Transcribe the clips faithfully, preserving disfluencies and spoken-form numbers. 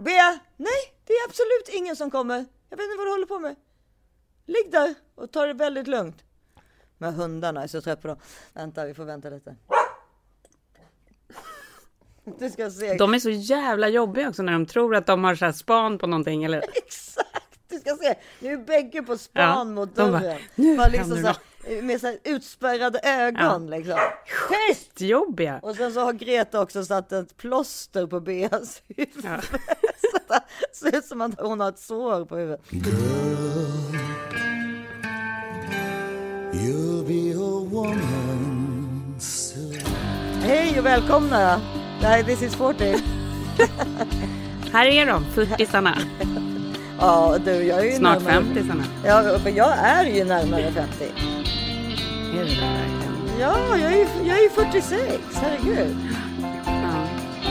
Bea, nej, det är absolut ingen som kommer. Jag vet inte vad du håller på med. Ligg där och ta det väldigt lugnt. Men hundarna är så trött på dem. Vänta, vi får vänta lite. Du ska se. De är så jävla jobbiga också när de tror att de har så här span på någonting. Eller? Exakt, du ska se. Nu är bägge på span ja, mot dörren. Bara, nu bara liksom så här, med så här utspärrade ögon. Ja. Liksom. Skitjobbiga. Och sen så har Greta också satt ett plåster på Beas huvud. Ja. Så det ser ut som att hon har ett sår på huvudet. Girl, you'll be a woman soon. Hej och välkomna. Det här är This is fyrtio. Här är de, fyrtiosarna. Ja, du, jag är ju snart närmare... femtiosarna. Ja, för jag är ju närmare femtio. Är det verkligen? Ja, jag är ju jag är fyrtiosex, herregud. Ja.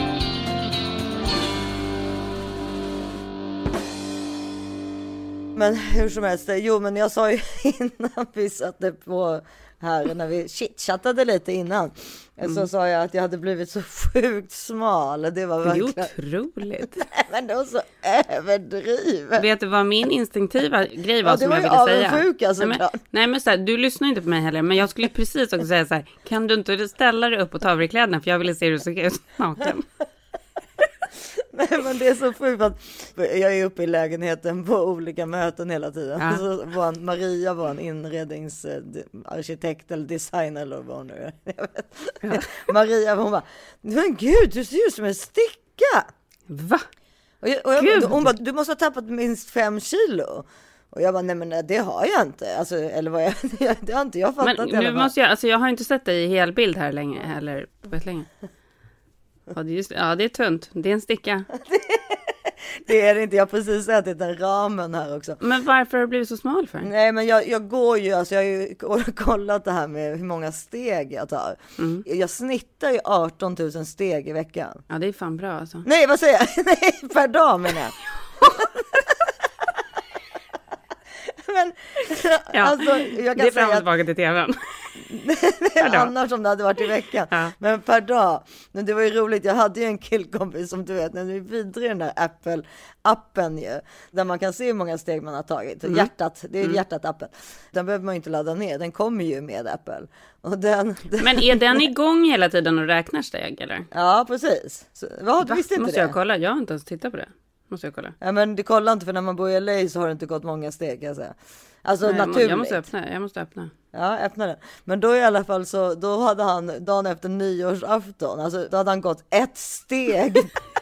Men hur som helst, jo men jag sa ju innan vi satte på här när vi chitchattade lite innan mm. så sa jag att jag hade blivit så sjukt smal. Det var verkligen... Det är otroligt. Men det var så överdrivet. Vet du vad min instinktiva grej var, ja, som jag ville säga? Alltså, nej, men, nej men så här, du lyssnar inte på mig heller, men jag skulle precis också säga så här, kan du inte ställa dig upp och ta av dig kläderna för jag ville se hur du såg ut naken. Nej men det är så sjukt att jag är uppe i lägenheten på olika möten hela tiden. Ja. Så var en, Maria var en inredningsarkitekt eller designer eller vad hon nu är. Jag vet. Ja. Maria hon bara, men gud du ser ut som en sticka. Va? Och jag, och jag, hon bara, du måste ha tappat minst fem kilo. Och jag bara, nej men det har jag inte. Alltså, eller vad jag, det har inte jag fattat. Men nu måste jag, alltså jag har inte sett dig i helbild här länge, eller vet länge. Ja det, är just, ja, det är tunt. Det är en sticka. Det är det inte. Jag har precis ätit den ramen här också. Men varför har du blivit så smal för? Nej, men jag, jag går ju, alltså jag har ju kollat det här med hur många steg jag tar. Mm. Jag snittar ju arton tusen steg i veckan. Ja, det är fan bra alltså. Nej, vad säger jag? Nej, per dag menar jag. Men, ja, alltså, jag kan det är fram och tillbaka till tvn. Annars om det hade varit i veckan. Ja. Men per dag. Men det var ju roligt. Jag hade ju en killkompis som du vet. När vi vidare i den där Apple-appen ju. Där man kan se hur många steg man har tagit. Mm. Hjärtat. Det är mm. hjärtat-appen. Den behöver man ju inte ladda ner. Den kommer ju med Apple. Och den, den... Men är den igång hela tiden och räknar steg eller? Ja, precis. Så, vad, du visste inte Måste det? jag kolla? Jag har inte ens tittat på det. Måste jag kolla. Ja, men du kollar inte för när man bor i L A så har det inte gått många steg kan jag säga. Alltså Nej, naturligt. Jag måste öppna, jag måste öppna. Ja, öppna den. Men då i alla fall så, då hade han dagen efter nyårsafton, alltså då hade han gått ett steg.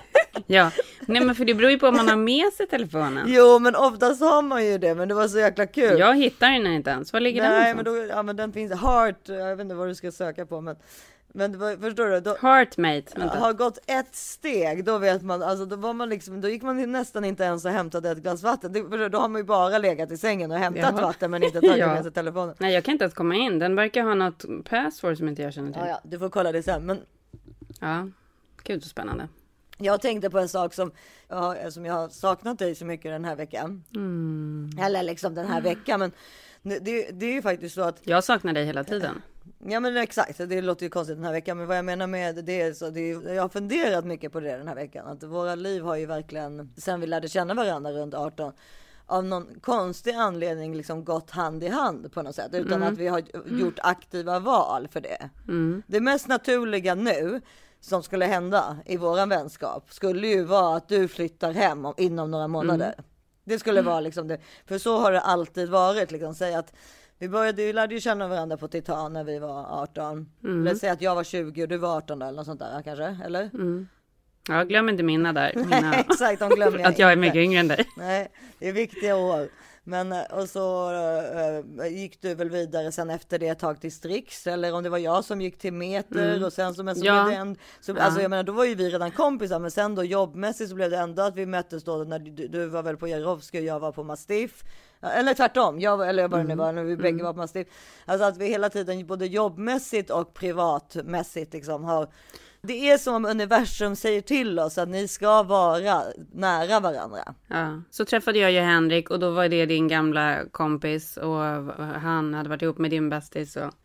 Ja, nej men för det beror ju på om man har med sig telefonen. Jo, men oftast har man ju det, men det var så jäkla kul. Jag hittar den inte ens, var ligger nej, den Nej, men då, ja men den finns, Heart, jag vet inte vad du ska söka på, men Men det var, förstår du? Då, Heartmate. Har gått ett steg, då vet man, alltså då var man liksom, då gick man nästan inte ens och hämtade ett glas vatten. Det, då har man ju bara legat i sängen och hämtat ja. vatten men inte tagit ja. med sig telefonen. Nej, jag kan inte ens komma in. Den verkar ha något password som inte jag känner till. Ja, ja, du får kolla det sen. Men... Ja, gud så spännande. Jag tänkte på en sak som, ja, som jag har saknat dig så mycket den här veckan. Mm. Eller liksom den här veckan, men det, det är ju faktiskt så att... Jag saknar dig hela tiden. Ja men exakt, det låter ju konstigt den här veckan, men vad jag menar med det är så det är, jag har funderat mycket på det den här veckan, att våra liv har ju verkligen, sen vi lärde känna varandra runt arton, av någon konstig anledning liksom gått hand i hand på något sätt, utan mm. att vi har gjort aktiva val för det. Mm. Det mest naturliga nu som skulle hända i våran vänskap skulle ju vara att du flyttar hem om, inom några månader. Mm. Det skulle vara liksom det, för så har det alltid varit, liksom säga att vi började, vi lärde ju känna varandra på Titan när vi var arton. Mm. Eller säga att jag var tjugo och du var arton eller något sånt där kanske, eller? Mm. Ja, glöm inte mina där. Mina... Nej, exakt, de glömmer jag att jag är inte. mycket yngre än dig. Nej, det är viktiga år. Men och så uh, gick du väl vidare sen efter det ett tag till Strix, eller om det var jag som gick till Meter mm. och sen så, men så ja. blev det en, så, ja. alltså jag menar då var ju vi redan kompisar, men sen då jobbmässigt så blev det ändå att vi möttes då när du, du var väl på Jarowski och jag var på Mastiff. Eller tvärtom, jag, eller jag bara mm. nu var när vi bägge mm. var på Mastiff. Alltså att vi hela tiden både jobbmässigt och privatmässigt liksom har, det är som om universum säger till oss att ni ska vara nära varandra. Ja, så träffade jag ju Henrik och då var det din gamla kompis och han hade varit ihop med din bästis. Och...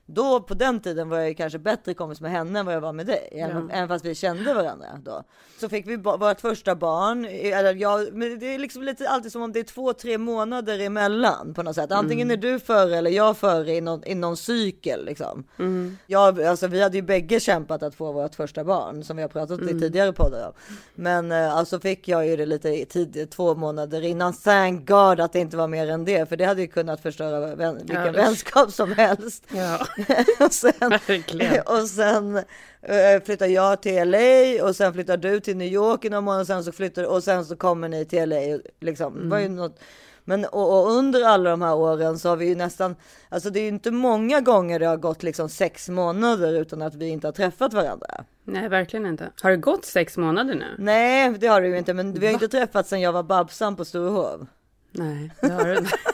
då på den tiden var jag ju kanske bättre kompis med henne än vad jag var med dig. Ja. Även, även fast vi kände varandra då. Så fick vi vårt första barn. Eller jag, men det är liksom lite alltid som om det är två, tre månader emellan på något sätt. Antingen mm. är du före eller jag före i någon, i någon cykel liksom. Mm. Jag, alltså, vi hade ju bägge kämpat att få vårt första barn som vi har pratat mm. i tidigare poddar om. Men alltså fick jag ju det lite tidigt, två månader innan. Thank God att det inte var mer än det. För det hade ju kunnat förstöra vän, vilken ja. vänskap som helst. Ja. och sen, och sen uh, flyttar jag till L A och sen flyttar du till New York i några månader och sen så flyttar och sen så kommer ni till L A liksom. Mm. Var ju något, men och, och under alla de här åren så har vi ju nästan, alltså det är ju inte många gånger det har gått liksom sex månader utan att vi inte har träffat varandra. Nej, verkligen inte. Har det gått sex månader nu? Nej, det har det ju inte, men vi har Va? inte träffats sedan jag var Babsan på Storehov. Nej, det har du inte.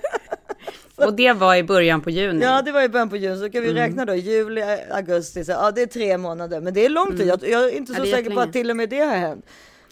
Och det var i början på juni. Ja, det var i början på juni. Så kan vi mm. räkna då. Juli, augusti. Så, ja, det är tre månader. Men det är lång tid. Mm. Jag, jag är inte så ja, är säker på att till och med det har hänt.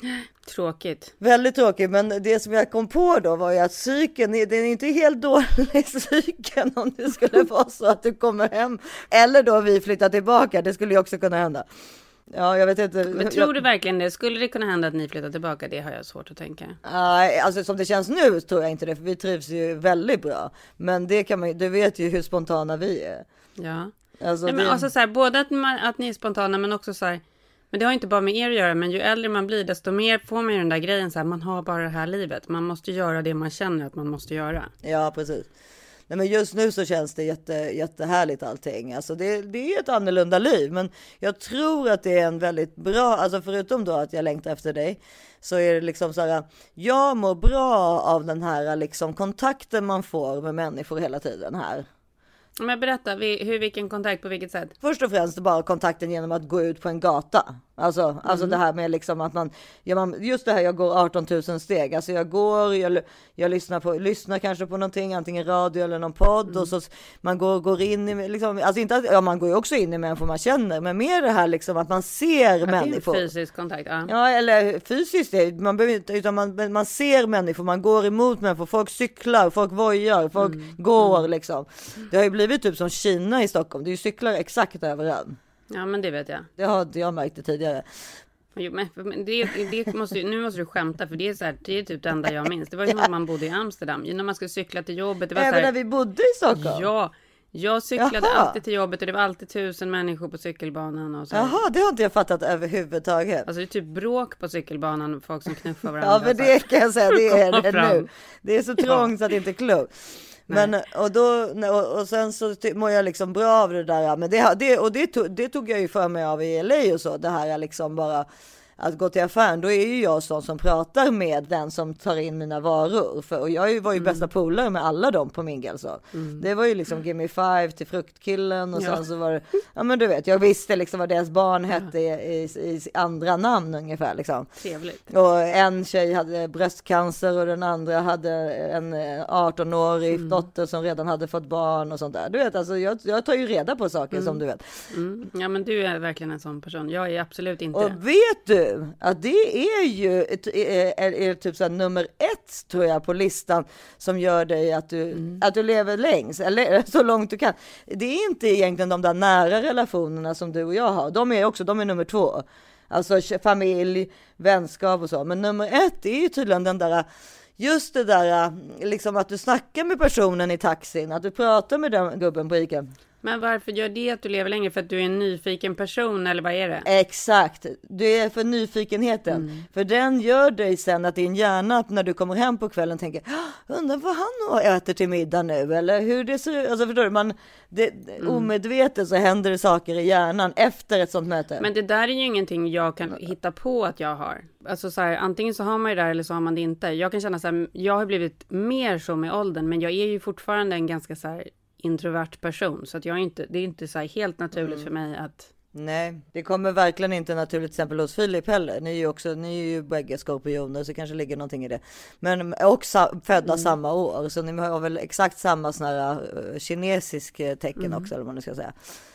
Tråkigt. Väldigt tråkigt. Men det som jag kom på då var ju att psyken, den är inte helt dålig psyken om det skulle vara så att du kommer hem. Eller då vi flyttar tillbaka. Det skulle ju också kunna hända. Ja, jag vet inte. Men tror du verkligen det? Skulle det kunna hända att ni flyttar tillbaka? Det har jag svårt att tänka. Nej, uh, alltså som det känns nu tror jag inte det. För vi trivs ju väldigt bra. Men det kan man, du vet ju hur spontana vi är. Ja. Alltså, Nej, men det... alltså så här, både att, man, att ni är spontana men också så här. Men det har inte bara med er att göra. Men ju äldre man blir desto mer får man ju den där grejen så här. Man har bara det här livet. Man måste göra det man känner att man måste göra. Ja, precis. Nej, men just nu så känns det jätte, jättehärligt allting. Alltså det, det är ett annorlunda liv. Men jag tror att det är en väldigt bra, alltså förutom då att jag längtar efter dig. Så är det liksom så här, jag mår bra av den här liksom kontakten man får med människor hela tiden här. Men berätta, hur, vilken kontakt, på vilket sätt? Först och främst bara kontakten genom att gå ut på en gata. Alltså, mm. alltså det här med liksom att man, ja, man, just det här jag går arton tusen steg. Alltså jag går, jag, jag lyssnar, på, lyssnar kanske på någonting, antingen radio eller någon podd. Mm. Och så man går, går in i, liksom, alltså inte att, ja man går ju också in i människor man känner. Men mer det här liksom att man ser att människor. Det är fysisk kontakt, ja. Ja, eller fysiskt, man behöver inte, utan man, man ser människor, man går emot människor. Folk cyklar, folk vojar, folk mm. går mm. liksom. Det har ju blivit typ som Kina i Stockholm. Det är ju cyklar exakt överallt. Ja, men det vet jag. Det har jag märkt det tidigare. Jo, men det, det måste ju, nu måste du skämta för det är så här, det är typ det enda jag minns. Det var ju ja. när man bodde i Amsterdam, när man skulle cykla till jobbet. Det var Även så här, när vi bodde i Stockholm? Ja, jag cyklade Jaha. alltid till jobbet och det var alltid tusen människor på cykelbanan. Och så. Jaha, det har inte jag fattat överhuvudtaget. Alltså det är typ bråk på cykelbanan, folk som knuffar varandra. Ja, men det kan jag säga, det är det nu. Det är så trångt ja. så att det inte är klokt. Men och då och, och sen så mår jag liksom bra av det där, men det det och det tog, det tog jag ju för mig av i L A och så, det här är liksom bara att gå till affären, då är ju jag sån som pratar med den som tar in mina varor. För, och jag var ju mm. bästa polare med alla dem på Mingel. Så. Mm. Det var ju liksom Give Me Five till Fruktkillen och ja. sen så var det, ja men du vet, jag visste liksom vad deras barn hette ja. i, i, i andra namn ungefär liksom. Trevligt. Och en tjej hade bröstcancer och den andra hade en arton-årig mm. dotter som redan hade fått barn och sånt där. Du vet, alltså jag, jag tar ju reda på saker mm. som du vet. Mm. Ja men du är verkligen en sån person. Jag är absolut inte. Och vet du att det är ju ett, är, är, är typ så här nummer ett tror jag på listan som gör dig att du, mm. att du lever längst eller så långt du kan. Det är inte egentligen de där nära relationerna som du och jag har. De är också, de är nummer två. Alltså familj, vänskap och så. Men nummer ett är ju tydligen den där, just det där liksom att du snackar med personen i taxin, att du pratar med den gubben på Ica. Men varför gör det att du lever längre? För att du är en nyfiken person eller vad är det? Exakt, det är för nyfikenheten. Mm. För den gör dig sen att din hjärna när du kommer hem på kvällen tänker, undrar vad han äter till middag nu eller hur det ser ut. Alltså förstår du, man, det, mm. omedvetet så händer det saker i hjärnan efter ett sånt möte. Men det där är ju ingenting jag kan hitta på att jag har. Alltså så här, antingen så har man ju det där eller så har man det inte. Jag kan känna så här, jag har blivit mer så med åldern men jag är ju fortfarande en ganska så här introvert person så att jag är inte, det är inte så här helt naturligt mm. för mig att. Nej, det kommer verkligen inte naturligt till exempel hos Filip heller. Ni är ju också, ni är ju bägge skorpioner så det kanske ligger någonting i det. Men också födda mm. samma år så ni har väl exakt samma sån här uh, kinesisk tecken mm. också eller vad man nu ska säga.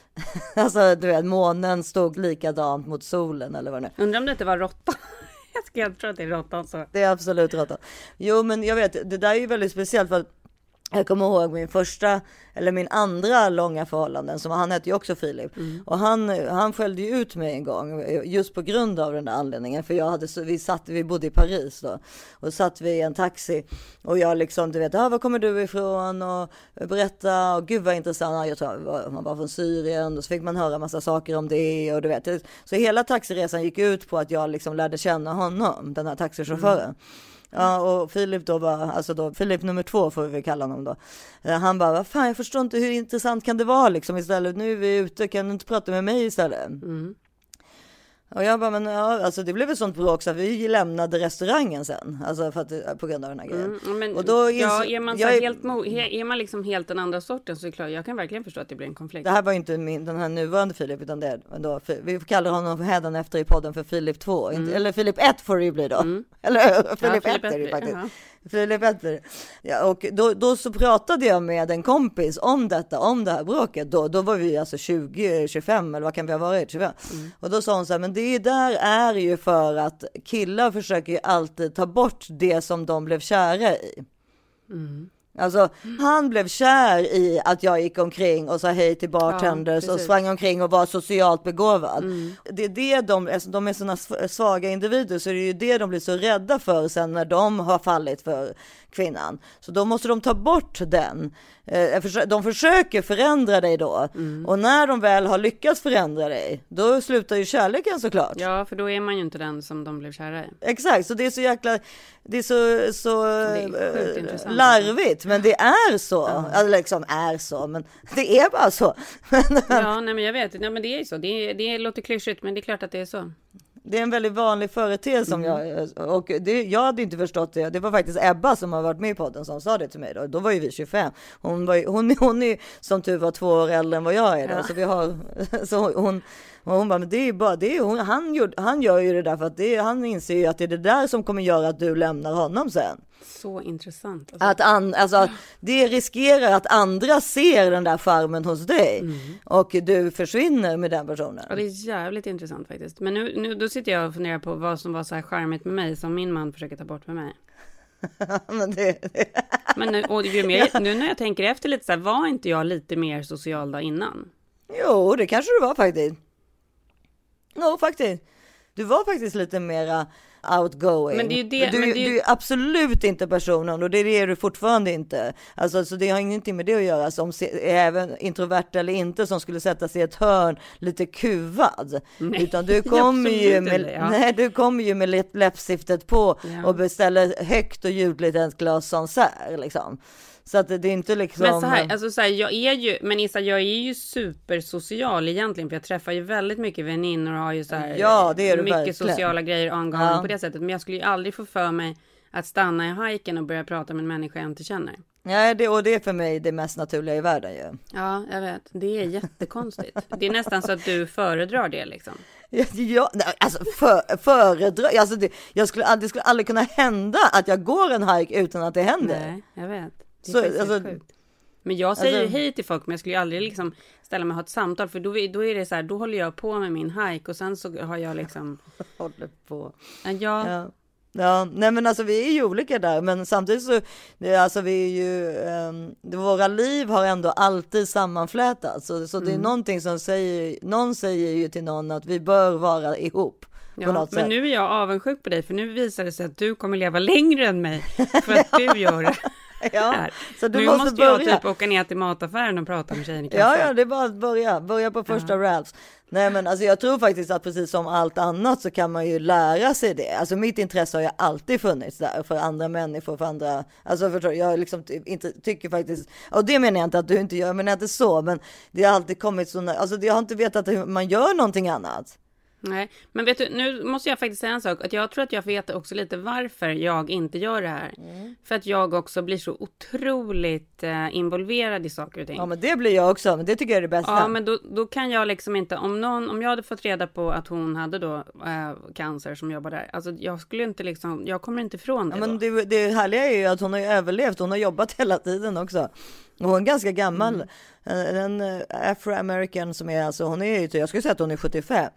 Alltså du vet, månen stod likadant mot solen eller vad det nu. Undrar om det inte var råttan. Jag ska jag tror att det är råttan så. Det är absolut råttan. Jo men jag vet, det där är ju väldigt speciellt för att Jag kommer ihåg min första, eller min andra långa förhållanden, som han hette ju också Filip. Mm. Och han, han skällde ju ut mig en gång, just på grund av den där anledningen. För jag hade, så, vi, satt, vi bodde i Paris då, och satt vi i en taxi. Och jag liksom, du vet, ah, var kommer du ifrån? Och berätta, och gud vad intressant. Jag tror man var från Syrien, och så fick man höra massa saker om det. Och du vet, så hela taxiresan gick ut på att jag liksom lärde känna honom, den här taxichauffören. Mm. Ja, och Filip då var, alltså då, Filip nummer två får vi kalla honom då. Han bara, vad fan, jag förstår inte, hur intressant kan det vara liksom istället, nu är vi ute, kan du inte prata med mig istället? Mm. Och jag bara, men ja, alltså det blev ett sånt bråk så att vi lämnade restaurangen sen, alltså för att, på grund av den här grejen. Mm, men, och då ja, är man så är, helt är man liksom helt den andra sorten, så är det klart, jag kan verkligen förstå att det blir en konflikt. Det här var ju inte min, den här nuvarande Filip, utan det då, vi kallar honom hädan efter i podden för Filip två, mm. eller Filip ett får det ju bli då. Mm. Eller Filip ja, ett är det ju faktiskt. Uh-huh. Filip ett. Ja, och då, då så pratade jag med en kompis om detta, om det här bråket. Då, då var vi alltså tjugo, tjugofem, eller vad kan vi ha varit? tjugofem. Mm. Och då sa hon så här, men det där är ju för att killar försöker ju alltid ta bort det som de blev kära i. Mm. Alltså mm. han blev kär i att jag gick omkring och sa hej till bartenders ja, och sprang omkring och var socialt begåvad. Mm. Det är det de, alltså, de är såna svaga individer, så det är ju det de blir så rädda för sen när de har fallit för kvinnan. Så då måste de ta bort den. De försöker förändra dig då. Mm. Och när de väl har lyckats förändra dig, då slutar ju kärleken såklart. Ja, för då är man ju inte den som de blev kära i. Exakt, så det är så jäkla, det är så, så det är larvigt, men det är så. Ja. Alltså liksom är så, men det är bara så. Ja, nej men jag vet, nej men det är ju så. Det, är, det låter klyschigt, men det är klart att det är så. Det är en väldigt vanlig företeelse som mm. jag, och det, jag hade inte förstått det. Det var faktiskt Ebba som har varit med i podden som sa det till mig då. Då var ju vi tjugofem. Hon, var, hon, hon är som tur var två år äldre än vad jag är då. Ja. Så vi har, så hon, och hon bara, men det är bara, det är, hon, han, gjorde, han gör ju det där för att det, han inser ju att det är det där som kommer göra att du lämnar honom sen. Så intressant. Alltså. Att an, alltså, det riskerar att andra ser den där farmen hos dig mm. och du försvinner med den personen. Ja, det är jävligt intressant faktiskt. Men nu, nu då sitter jag och funderar på vad som var så här charmigt med mig som min man försöker ta bort med mig. Men det, det. Men nu, och ju mer, nu när jag tänker efter lite så här, var inte jag lite mer social då innan? Jo, det kanske du var faktiskt. Jo, faktiskt. Du var faktiskt lite mera outgoing. Men det är ju det, du, men det är ju... du är absolut inte personen, och det är du fortfarande inte. Alltså, så det har ingenting med det att göra, som även introvert eller inte, som skulle sätta sig i ett hörn lite kuvad. Nej, utan du kommer ju med, inte, ja. nej, du kommer ju med läppstiftet på ja. och beställer högt och ljudligt ett glas Sancerre liksom. Så att det är inte liksom... Men så här, alltså så här, jag är ju, men Issa, jag är ju supersocial egentligen, för jag träffar ju väldigt mycket väninnor och har ju så här, ja, det är du mycket verkligen. Sociala grejer angående ja. på det sättet. Men jag skulle ju aldrig få för mig att stanna i hajken och börja prata med en människa jag inte känner. Nej, det, och det är för mig det mest naturliga i världen ju. Ja, jag vet. Det är jättekonstigt. Det är nästan så att du föredrar det liksom. Ja, alltså för, föredrar, alltså det, jag skulle, det skulle aldrig kunna hända att jag går en hajk utan att det händer. Nej, jag vet. Det är så, alltså, sjukt. Men jag säger alltså, hej till folk, men jag skulle ju aldrig liksom ställa mig och ha ett samtal, för då, då är det så här, då håller jag på med min hike och sen så har jag liksom håller på. Ja. ja. Ja, nej men alltså vi är ju olika där, men samtidigt så det, alltså vi är ju um, det, våra liv har ändå alltid sammanflätats, så, så mm. det är någonting som säger, någon säger ju till någon att vi bör vara ihop. Ja, men sätt. Nu är jag avundsjuk på dig, för nu visar det sig att du kommer leva längre än mig för att ja. du gör det. Ja, så du nu måste, måste börja. jag typ åka ner till mataffären och prata med tjejen i ja, ja, det är bara att börja. Börja på första ja. Ralphs. Nej, men alltså jag tror faktiskt att precis som allt annat så kan man ju lära sig det. Alltså mitt intresse har ju alltid funnits där för andra människor, för andra. Alltså förstår jag liksom inte tycker faktiskt, och det menar jag inte att du inte gör, men inte så, men det har alltid kommit så, alltså jag har inte vetat hur man gör någonting annat. Nej, men vet du, nu måste jag faktiskt säga en sak, att jag tror att jag vet också lite varför jag inte gör det här. Mm. För att jag också blir så otroligt eh, involverad i saker och ting. Ja, men det blir jag också, men det tycker jag är det bästa. Ja, men då, då kan jag liksom inte, om någon, om jag hade fått reda på att hon hade då eh, cancer som jobbar där, alltså jag skulle inte liksom, jag kommer inte ifrån det. Ja, men det, det härliga är ju att hon har ju överlevt, hon har jobbat hela tiden också. Och hon är ganska gammal, mm. en, en afroamerican som är, alltså hon är ju, jag skulle säga att hon är sjuttiofem.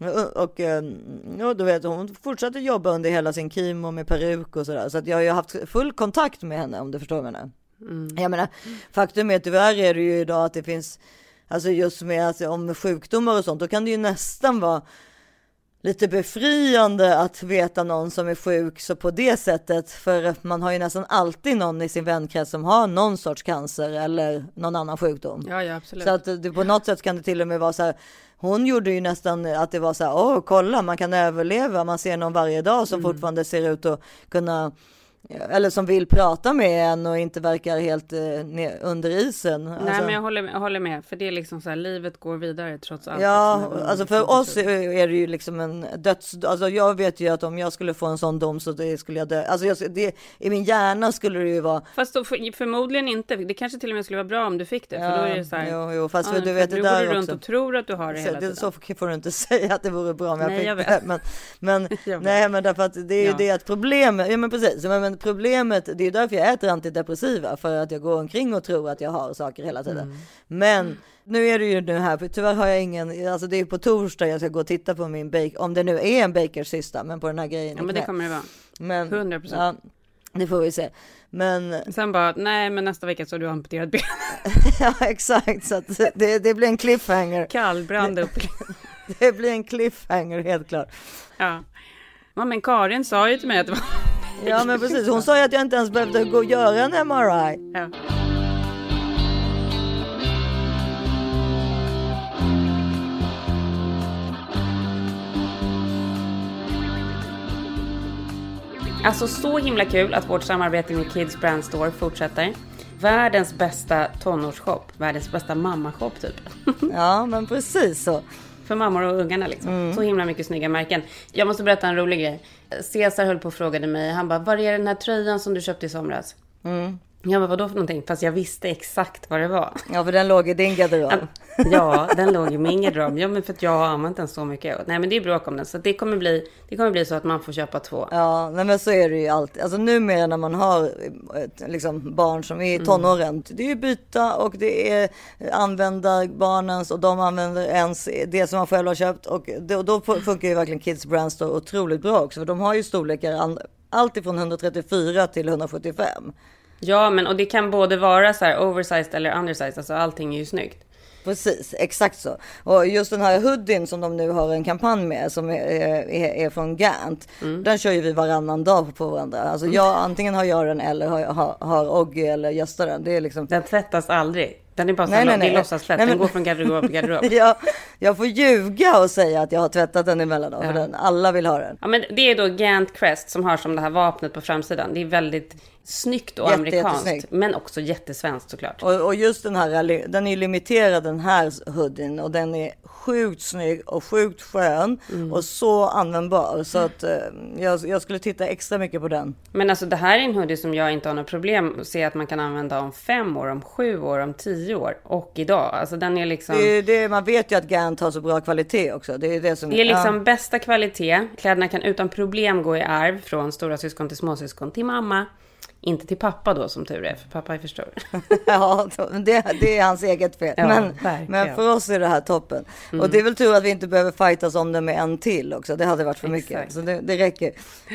Och ja, du vet, hon fortsatte jobba under hela sin kimo med peruk och sådär. Så att jag har ju haft full kontakt med henne, om du förstår mig. Mm. Jag menar, faktum är tyvärr är det ju idag att det finns, alltså just med alltså, om sjukdomar och sånt, då kan det ju nästan vara lite befriande att veta någon som är sjuk så på det sättet, för man har ju nästan alltid någon i sin vänkrets som har någon sorts cancer eller någon annan sjukdom. Ja, ja, absolut. Så att det, på något sätt kan det till och med vara så här, hon gjorde ju nästan att det var så här, åh kolla man kan överleva, man ser någon varje dag som mm. fortfarande ser ut att kunna, eller som vill prata med en och inte verkar helt eh, under isen. Nej, alltså, men jag håller, jag håller med. För det är liksom så här, livet går vidare trots allt. Ja, alltså för oss är det ju liksom en döds... Alltså jag vet ju att om jag skulle få en sån dom så det skulle jag dö. Alltså jag, det, i min hjärna skulle det ju vara... Fast då, för, förmodligen inte. Det kanske till och med skulle vara bra om du fick det. Ja, för då är det så här... Jo, jo, fast ja, för du vet det där du går runt också. Och tror att du har det så, hela det, tiden. så får du inte säga att det vore bra om jag nej, fick jag det. Men, men, nej, men därför att det är ju ja. det att problemet... Ja, men precis. Men, men problemet... Det är ju därför jag äter antidepressiva, för att jag går omkring och tror att jag har saker hela tiden. Mm. Men mm. nu är det ju nu här, för tyvärr har jag ingen, alltså det är på torsdag jag ska gå och titta på min bake, om det nu är en bakers sista, men på den här grejen. Ja, men det kommer det vara. Men, hundra procent. Ja, det får vi se. Men sen bara, nej men nästa vecka så har du amputerat ben. Ja, exakt. Så att det, det blir en cliffhanger. Kallbrand upp. Det blir en cliffhanger, helt klart. Ja. Ja, men Karin sa ju till mig att det var... Ja, men precis. Hon sa ju att jag inte ens behövde gå och göra en M R I. Ja. Alltså så himla kul att vårt samarbete med Kids Brand Store fortsätter. Världens bästa tonårsshop. Världens bästa mammashop typ. Ja, men precis så. För mammor och ungarna liksom. Mm. Så himla mycket snygga märken. Jag måste berätta en rolig grej. Cesar höll på och frågade mig. Han bara, var är den här tröjan som du köpte i somras? Mm. Jag bara, vadå för någonting? Fast jag visste exakt vad det var. Ja, för den låg i din garderob. Ja, den låg i min garderob. Ja, men för att jag har använt den så mycket. Nej, men det är bråk om den. Så det kommer bli, det kommer bli så att man får köpa två. Ja, nej, men så är det ju alltid. Alltså numera när man har liksom barn som är i tonåren. Mm. Det är ju byta och det är använda barnens och de använder ens det som man själv har köpt. Och då, då funkar ju verkligen Kids Brand Store otroligt bra också. För de har ju storlekar allt ifrån hundratrettiofyra till hundrasjuttiofem. Ja, men och det kan både vara så här oversized eller undersized. Alltså allting är ju snyggt. Precis, exakt så. Och just den här hoodien som de nu har en kampanj med som är, är, är från Gant. Mm. Den kör ju vi varannan dag på varandra. Alltså jag, antingen har jag den eller har, har, har Oggy eller Gösta den. Det är liksom... Den tvättas aldrig. Den är bara så nej, nej, nej. Det är låtsasfett. Den men... går från garderob till garderob. Ja, jag får ljuga och säga att jag har tvättat den emellanåt. Ja. För den, alla vill ha den. Ja, men det är då Gant Crest som har som det här vapnet på framsidan. Det är väldigt snyggt och Jätte, amerikanskt. Men också jättesvenskt såklart. Och, och just den här, den är limiterad den här hoodien. Och den är sjukt snygg och sjukt skön. Mm. Och så användbar. Så att eh, jag, jag skulle titta extra mycket på den. Men alltså det här är en hoodie som jag inte har något problem att se att man kan använda om fem år, om sju år, om tio år. Och idag. Alltså den är liksom... Det är det, man vet ju att Gant har så bra kvalitet också. Det är det som... Det är liksom ja. bästa kvalitet. Kläderna kan utan problem gå i arv från stora syskon till småsyskon till mamma. Inte till pappa då som tur är, för pappa är för stor. Ja, det, det är hans eget fel. Ja, men, men för oss är det här toppen. Mm. Och det är väl tur att vi inte behöver fightas om det med en till också. Det hade varit för mycket. Exakt. Så det, det räcker.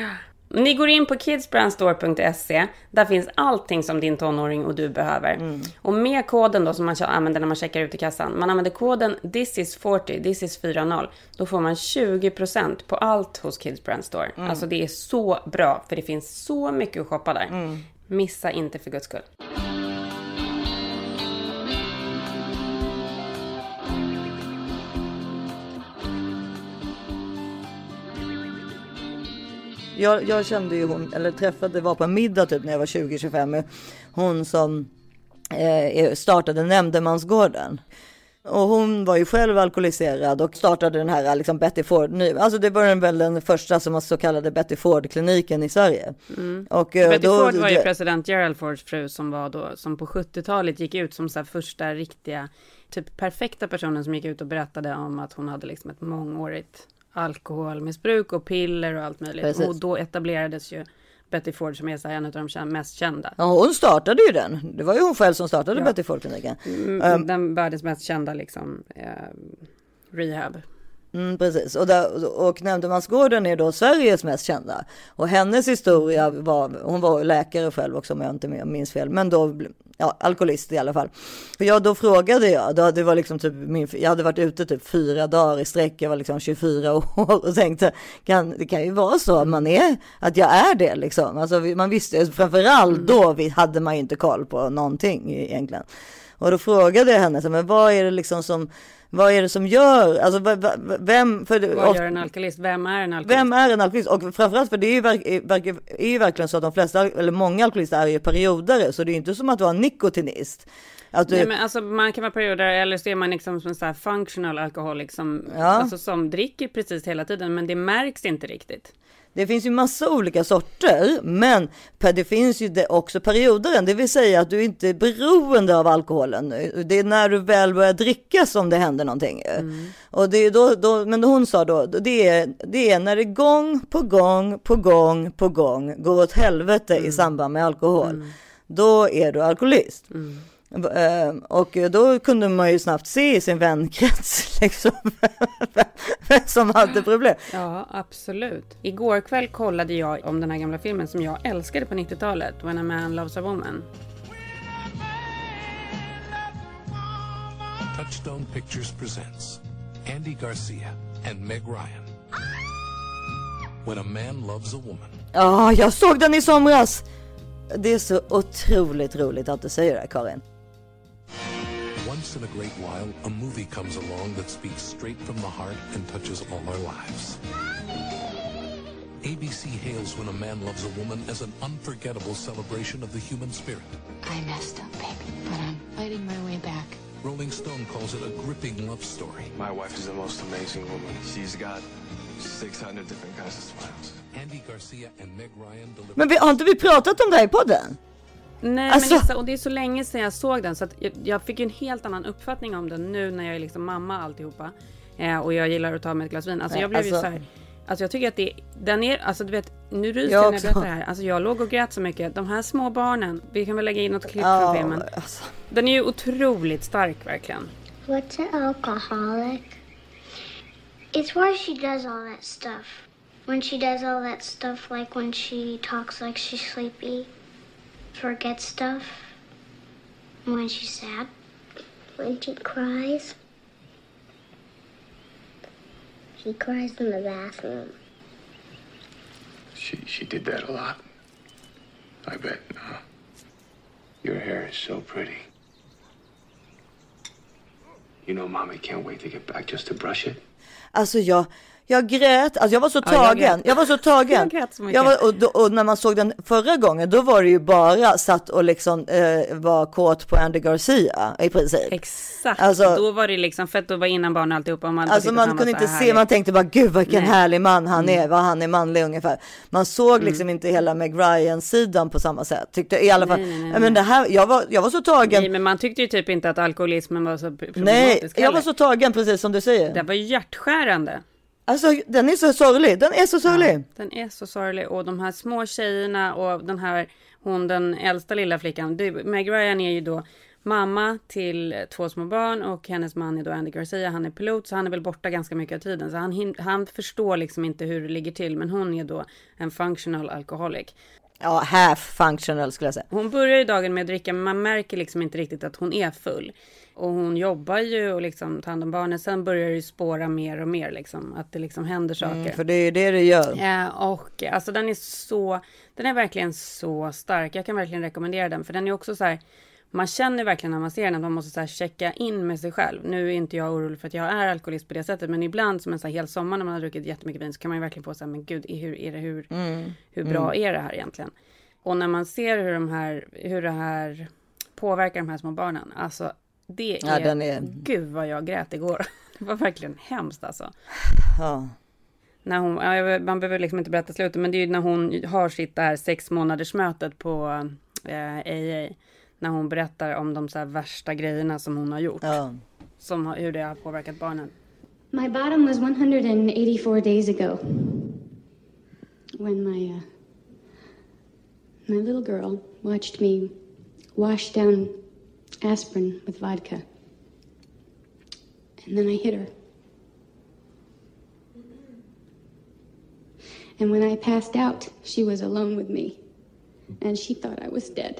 Ni går in på kids brand store punkt se. Där finns allting som din tonåring och du behöver. Mm. Och med koden då som man använder när man checkar ut i kassan. Man använder koden this is fyrtio, this is fyrtio. Då får man tjugo procent på allt hos Kids Brand Store. Mm. Alltså det är så bra. För det finns så mycket att shoppa där. Mm. Missa inte för guds skull. Jag, jag kände ju hon, eller träffade, var på en middag typ när jag var tjugo tjugofem. Hon som eh, startade Nämndemansgården. Och hon var ju själv alkoholiserad och startade den här liksom Betty Ford nu. Alltså det var väl den första som var så kallade Betty Ford-kliniken i Sverige. Mm. Och, Betty då, Ford var ju president Gerald Fords fru som var då, som på sjuttiotalet gick ut som så här första riktiga, typ perfekta personen som gick ut och berättade om att hon hade liksom ett mångårigt alkoholmissbruk och piller och allt möjligt. Precis. Och då etablerades ju Betty Ford som är så här en av de mest kända. Ja, hon startade ju den. Det var ju hon själv som startade ja. Betty Ford-kliniken. Mm, um, den världens mest kända liksom eh, rehab. Mm, precis, och, där, och Nämndemansgården är då Sveriges mest kända. Och hennes historia var, hon var läkare själv också om jag inte minns fel, men då, ja, alkoholist i alla fall. För jag, då frågade jag, då, det var liksom typ min, jag hade varit ute typ fyra dagar i sträck, jag var liksom tjugofyra år och tänkte, kan, det kan ju vara så att man är, att jag är det liksom. Alltså man visste, framförallt då vi, hade man ju inte koll på någonting egentligen. Och då frågade jag henne, så, men vad är det liksom som Vad är det som gör, alltså vem, för, vad gör en alkoholist, vem är en alkoholist? Vem är en alkoholist? Och framförallt för det är ju, verk, verk, är ju verkligen så att de flesta, eller många alkoholister är ju periodare, så det är inte som att du har en nikotinist. Att du... Nej, men alltså man kan vara periodare, eller så är man liksom som en sån här functional alkoholik som, ja. alltså, som dricker precis hela tiden, men det märks inte riktigt. Det finns ju massa olika sorter, men det finns ju det också perioderen, det vill säga att du inte är beroende av alkoholen. Det är när du väl börjar dricka som det händer någonting. Mm. Och det är då, då, men hon sa då, det är, det är när det gång på gång på gång på gång går åt helvete mm. i samband med alkohol. Mm. Då är du alkoholist. Mm. Och då kunde man ju snabbt se i sin vänkrets liksom, vem som hade problem. Ja, absolut. Igår kväll kollade jag om den här gamla filmen som jag älskade på nittiotalet, When a Man Loves a Woman. Touchstone Pictures presents Andy Garcia and Meg Ryan. When a Man Loves a Woman. Ja, jag såg den i somras. Det är så otroligt roligt att du säger det, Karin. Once in a great while, a movie comes along that speaks straight from the heart and touches all our lives. A B C hails When a Man Loves a Woman as an unforgettable celebration of the human spirit. I messed up, baby, but I'm fighting my way back. Rolling Stone calls it a gripping love story. My wife is the most amazing woman. She's got six hundred different kinds of smiles. Andy Garcia and Meg Ryan deliver... Men vi, har inte vi pratat om det här i podden? Nej, alltså... men det är så, och det är så länge sedan jag såg den, så att jag, jag fick ju en helt annan uppfattning om den nu när jag är liksom mamma alltihopa. Eh, och jag gillar att ta med ett glas vin. Alltså jag blev alltså... ju så här, alltså jag tycker att det, den är, alltså du vet, nu ryser jag när jag berättar det här. Alltså jag låg och grät så mycket. De här små barnen, vi kan väl lägga in något klipp från oh, filmen. Alltså. Den är ju otroligt stark verkligen. What's an alcoholic? It's why she does all that stuff. When she does all that stuff, like when she talks like she's sleepy, forgets stuff, when she's sad, when she cries. She cries in the bathroom. She she did that a lot. I bet. Uh, your hair is so pretty. You know, Mommy can't wait to get back just to brush it. Alltså jag... Jag grät, alltså jag var så tagen, ja, jag, jag var så tagen. jag så jag var, och, då, och när man såg den förra gången, då var det ju bara satt och liksom eh, var kåt på Andy Garcia i princip. Exakt, alltså, då var det liksom fett att vara innan barn och alltihopa. Man alltså man kunde inte se, man tänkte bara gud vilken Nej. härlig man han är, mm. vad han är manlig ungefär. Man såg liksom mm. inte hela Meg Ryan-sidan på samma sätt, tyckte i alla fall. Nej, nej, nej. Men det här, jag var, jag var så tagen. Nej, men man tyckte ju typ inte att alkoholismen var så problematisk. Nej, jag var så tagen precis som du säger. Det var hjärtskärande. Alltså den är så sorglig, den är så sorglig. Ja, den är så sorglig, och de här små tjejerna och den här, hon den äldsta lilla flickan, det, Meg Ryan är ju då mamma till två små barn och hennes man är då Andy Garcia, han är pilot så han är väl borta ganska mycket av tiden så han, han förstår liksom inte hur det ligger till, men hon är då en functional alcoholic. Ja, half functional skulle jag säga. Hon börjar ju dagen med att dricka, men man märker liksom inte riktigt att hon är full. Och hon jobbar ju och liksom tar hand om barnen. Sen börjar det ju spåra mer och mer liksom. Att det liksom händer saker. Mm, för det är det det gör. Ja, och alltså den är så... Den är verkligen så stark. Jag kan verkligen rekommendera den. För den är också så här... Man känner verkligen när man ser den att man måste så här checka in med sig själv. Nu är inte jag orolig för att jag är alkoholist på det sättet. Men ibland som en så här hel sommar när man har druckit jättemycket vin så kan man ju verkligen få så här, men gud, hur är det, hur, mm. hur bra mm. är det här egentligen? Och när man ser hur de här, hur det här påverkar de här små barnen. Alltså det är, ja, den är... gud vad jag grät igår. Det var verkligen hemskt alltså. Ja. När hon, man behöver liksom inte berätta slutet, men det är ju när hon har sitt där sex månaders mötet på eh, A A. När hon berättar om de så här värsta grejerna som hon har gjort. Ja. Som hur det har påverkat barnen. My bottom was one hundred eighty-four days ago. When my, uh, my little girl watched me wash down aspirin with vodka. And then I hit her. And when I passed out, she was alone with me. And she thought I was dead.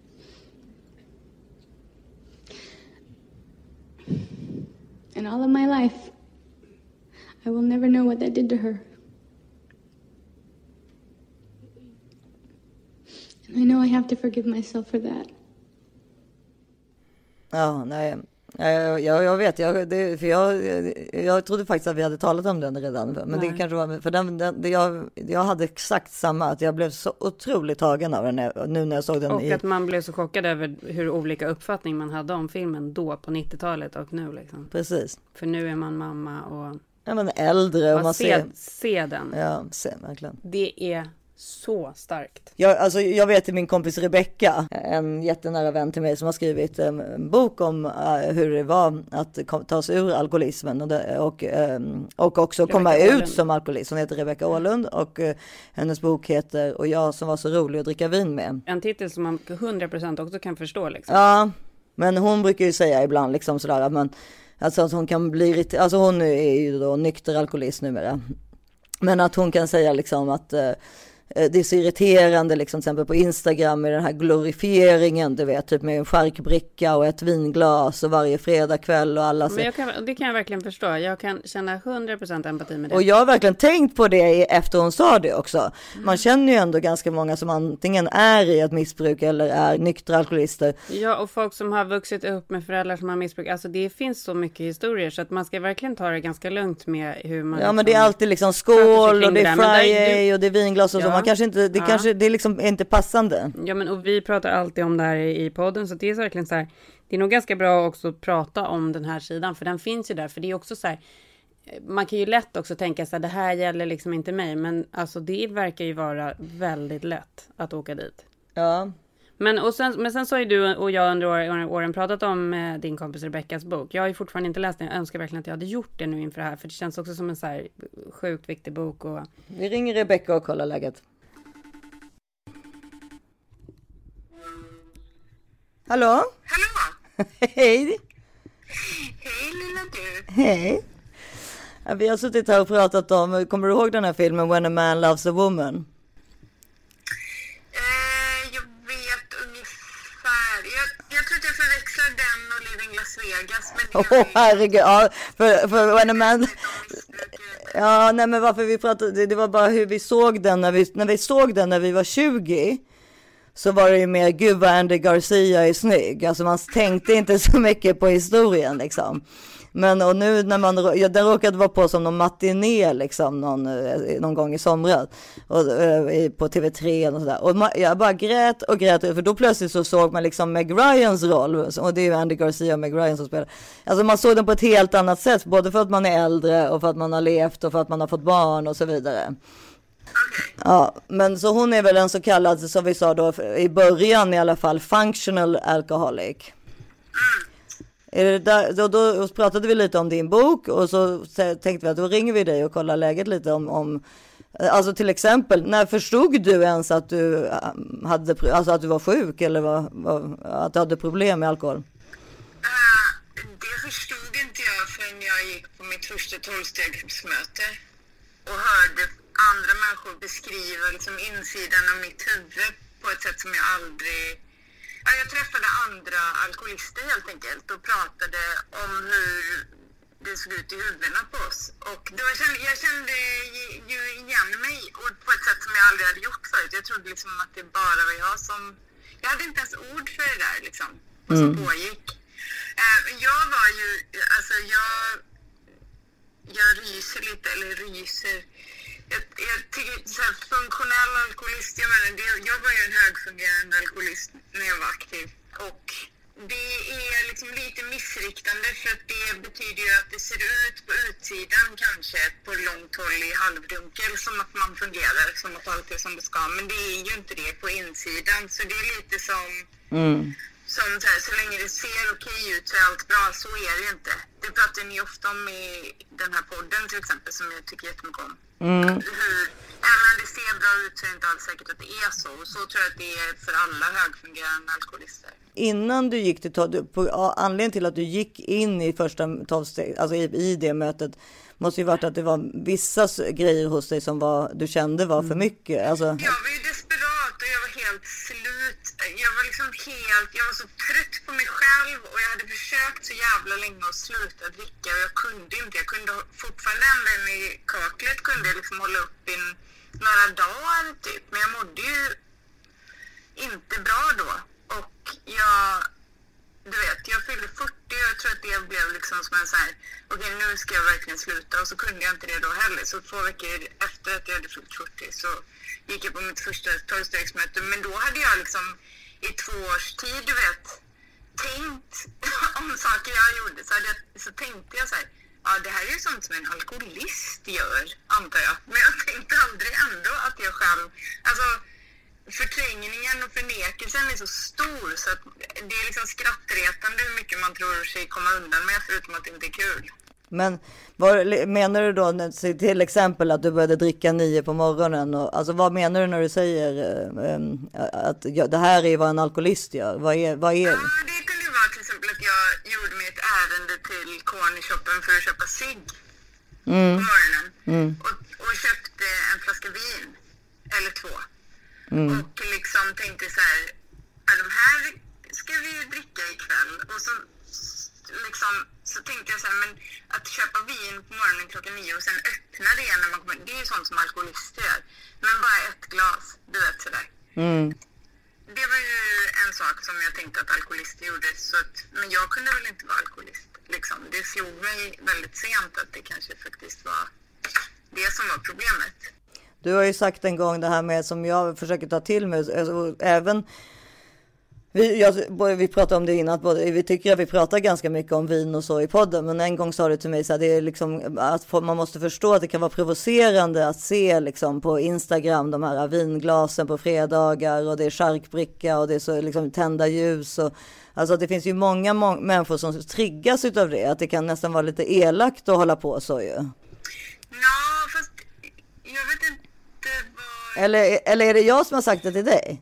And all of my life, I will never know what that did to her. And I know I have to forgive myself for that. Ja, nej. Jag, jag vet, jag, det, för jag, jag trodde faktiskt att vi hade talat om den redan. Men nej. Det kanske var, för den, den, jag, jag hade exakt samma, att jag blev så otroligt tagen av den nu när jag såg den. Och i... att man blev så chockad över hur olika uppfattning man hade om filmen då på nittiotalet och nu liksom. Precis. För nu är man mamma och... Ja, men äldre och man se, ser... Se den. Ja, se, verkligen. Det är... så starkt. Jag, alltså, jag vet min kompis Rebecca, en jättenära vän till mig, som har skrivit um, en bok om uh, hur det var att kom, ta sig ur alkoholismen och, det, och, um, och också Rebecca komma Åhlund. Ut som alkoholist. Hon heter Rebecca Åhlund och uh, hennes bok heter Och jag som var så rolig att dricka vin med. En titel som man hundra procent också kan förstå liksom. Ja, men hon brukar ju säga ibland liksom sådär att man, alltså att hon kan bli riktigt, alltså hon är ju då nykter alkoholist numera. Men att hon kan säga liksom att uh, det är så irriterande liksom, till exempel på Instagram med den här glorifieringen, du vet, typ med en charkbricka och ett vinglas och varje fredagkväll och alla. Men jag kan, det kan jag verkligen förstå. Jag kan känna hundra procent empati med det. Och jag har verkligen tänkt på det efter hon sa det också. Mm. Man känner ju ändå ganska många som antingen är i ett missbruk eller är nyktra alkoholister. Ja, och folk som har vuxit upp med föräldrar som har missbruk. Alltså det finns så mycket historier så att man ska verkligen ta det ganska lugnt med hur man... Ja, liksom, men det är alltid liksom skål och det är Friday och det är vinglas och ja. så. Man kanske inte, det ja. kanske, det är liksom inte passande. Ja, men och vi pratar alltid om det här i podden, så det är verkligen så här, det är nog ganska bra också att prata om den här sidan, för den finns ju där, för det är också så här, man kan ju lätt också tänka så här, det här gäller liksom inte mig, men alltså det verkar ju vara väldigt lätt att åka dit. Ja. Men, och sen, men sen så har ju du och jag under år, åren pratat om eh, din kompis Rebeccas bok. Jag har ju fortfarande inte läst den. Jag önskar verkligen att jag hade gjort det nu inför det här. För det känns också som en så här sjukt viktig bok. Och... Vi ringer Rebecca och kollar läget. Hallå? Hallå? Hej! Hej lilla du! Hej! Ja, vi har suttit här och pratat om, kommer du ihåg den här filmen When a Man Loves a Woman? Eh, jag vet ungefär. Jag, jag tror att jag förväxlar den och Living Las Vegas. Men Åh oh, herregud, ja, för, för When a Man... Ja, nej men varför vi pratade, det, det var bara hur vi såg den när vi, när vi såg den när vi var tjugo. Så var det ju mer, gud vad Andy Garcia är snygg. Alltså man tänkte inte så mycket på historien liksom. Men och nu när man, ja, den råkade vara på som någon matiné liksom någon, någon gång i somras. Och, på T V tre och sådär. Och man, jag bara grät och grät. För då plötsligt så såg man liksom Meg Ryans roll. Och det är ju Andy Garcia och Meg Ryan som spelar. Alltså man såg den på ett helt annat sätt. Både för att man är äldre och för att man har levt och för att man har fått barn och så vidare. Ja, men så hon är väl en så kallad, som vi sa då i början i alla fall, functional alcoholic. Är det där, då, då pratade vi lite om din bok och så tänkte vi att då ringer vi dig och kollar läget lite om, om alltså till exempel, när förstod du ens att du hade, alltså att du var sjuk eller var, var, att du hade problem med alkohol? Uh, det förstod inte jag förrän jag gick på mitt första tolvstegsmöte och hörde andra människor beskriva liksom insidan av mitt huvud på ett sätt som jag aldrig... Ja, jag träffade andra alkoholister helt enkelt och pratade om hur det såg ut i huvudena på oss. Och då jag, kände, jag kände ju igen mig och på ett sätt som jag aldrig hade gjort förut. Jag trodde liksom att det bara var jag som... Jag hade inte ens ord för det där liksom, vad som mm. pågick. Uh, jag var ju... Alltså jag... Jag ryser lite, eller ryser... Jag, jag tycker så här, funktionell alkoholist, jag menar, det, jag var ju en högfungerande alkoholist när jag var aktiv. Och det är liksom lite missriktande för att det betyder ju att det ser ut på utsidan kanske på långt håll i halvdunkel som att man fungerar, som att allt är som det ska. Men det är ju inte det på insidan, så det är lite som... Mm. Som så, här, så länge det ser okej ut så är allt bra, så är det ju inte. Det pratar ni ofta om i den här podden till exempel, som jag tycker jättemycket om. Mm. Hur Även om det ser bra ut så är det inte alls säkert att det är så. Och så tror jag att det är för alla högfungerande alkoholister. Innan du gick till tolv, på anledningen till att du gick in i första tolv steg, alltså i, i det mötet, måste ju varit att det var vissa grejer hos dig som var, du kände var för mycket. Alltså... Jag var ju desperat och jag var helt slut. Jag var liksom helt, jag var så trött på mig själv och jag hade försökt så jävla länge att sluta dricka och jag kunde inte. Jag kunde fortfarande ända in i kaklet kunde jag liksom hålla upp i några dagar typ. Men jag mådde ju inte bra då. Och jag, du vet, jag fyllde fyrtio och jag tror att det blev liksom som en så här, okej okay, nu ska jag verkligen sluta och så kunde jag inte det då heller. Så två veckor efter att jag hade fyllt fyrtio så gick jag på mitt första tolvstegsmöte. Men då hade jag liksom i två års tid, du vet, tänkt om saker jag gjorde. Så, hade jag, så tänkte jag så här, ja det här är ju sånt som en alkoholist gör, antar jag. Men jag tänkte aldrig ändå att jag själv, alltså förträngningen och förnekelsen är så stor så att det är liksom skrattretande hur mycket man tror sig komma undan med förutom att det inte är kul. Men vad menar du då till exempel att du började dricka nio på morgonen? Och, alltså vad menar du när du säger um, att ja, det här är vad en alkoholist gör? Vad är, vad är... Ja, det kunde ju vara till exempel att jag gjorde mig ett ärende till Corny-shoppen för att köpa cigg mm. på morgonen. Mm. Och, och köpte en flaska vin eller två. Mm. Och liksom tänkte så här, ja, de här ska vi ju dricka ikväll. Och så liksom så tänkte jag så här, men att köpa vin på morgonen klockan nio och sen öppna det när man kommer, det är ju sånt som alkoholister gör. Men bara ett glas, du vet sådär. Mm. Det var ju en sak som jag tänkte att alkoholister gjorde, så att, men jag kunde väl inte vara alkoholist. Liksom. Det slog mig väldigt sent att det kanske faktiskt var det som var problemet. Du har ju sagt en gång det här med som jag försöker ta till mig, alltså, även Vi, jag, vi pratade om det innan, både, vi tycker att vi pratar ganska mycket om vin och så i podden, men en gång sa du till mig så att, det är liksom, att man måste förstå att det kan vara provocerande att se liksom, på Instagram de här vinglasen på fredagar och det är charkbricka och det är så liksom, tända ljus. Och, alltså det finns ju många må- människor som triggas utav det, att det kan nästan vara lite elakt att hålla på så ju. Ja, fast jag vet inte vad... Eller, eller är det jag som har sagt det till dig?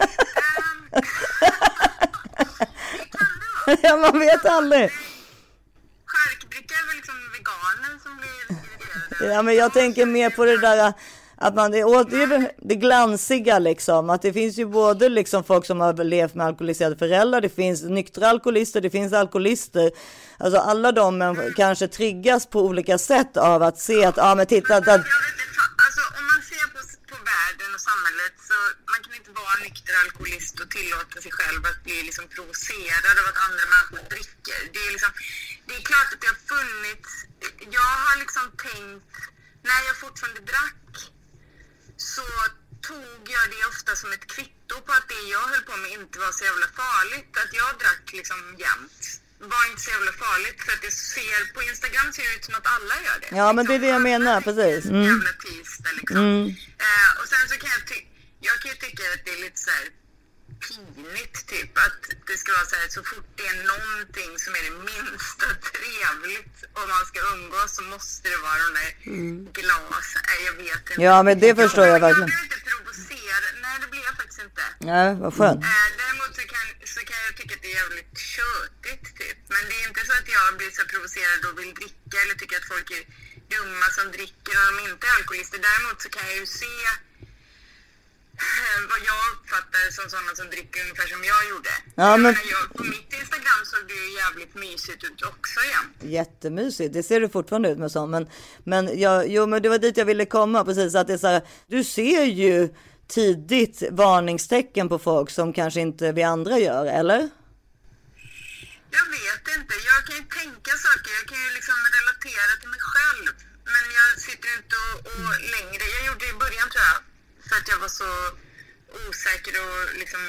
Ja, man vet aldrig. Charkbricka är väl liksom veganen som blir... Ja, men jag tänker mer på det där att man, det är det glansiga liksom, att det finns ju både liksom folk som har levt med alkoholiserade föräldrar, det finns nyktra alkoholister, det finns alkoholister, alltså alla de mm. kanske triggas på olika sätt av att se att, ja men titta att, att alltså om man ser på, på världen och samhället så man kan inte vara nykter alkoholist och tillåta sig själv att bli liksom provocerad av att andra människor dricker. Det är liksom, det är klart att det har funnits, jag har liksom tänkt, när jag fortfarande drack så tog jag det ofta som ett kvitto på att det jag höll på med inte var så jävla farligt. Att jag drack liksom jämt var inte så jävla farligt, för att det ser på Instagram ser det ut som att alla gör det. Ja, men det är det jag menar, precis. Mm. Jävla tisdag liksom. Mm. Uh, och sen så kan jag ty- jag kan ju tycka att det är lite så här pinigt typ, att det ska vara så här, så fort det är någonting som är det minsta trevligt och man ska umgås så måste det vara de där mm. glasen. Nej, jag vet inte. Ja, men det förstår jag, jag verkligen. Jag blir inte provocerad. Nej, det blir jag faktiskt inte. Nej, vad skönt. Uh, däremot så kan, så kan jag tycka att det är jävligt tjötigt typ. Men det är inte så att jag blir så provocerad och vill dricka eller tycker att folk är dumma som dricker och de inte är alkoholister. Däremot så kan jag ju se vad jag uppfattar som sådana som dricker ungefär som jag gjorde. Ja, men... jag, på mitt Instagram såg det ju jävligt mysigt ut också igen. Jättemysigt, det ser du fortfarande ut med så. Men, men, jag, jo, men det var dit jag ville komma precis. Att det är så här, du ser ju tidigt varningstecken på folk som kanske inte vi andra gör, eller? Jag vet inte, jag kan ju tänka saker, jag kan ju liksom relatera till mig själv. Men jag sitter inte och, och längre, jag gjorde det i början tror jag. För att jag var så osäker och liksom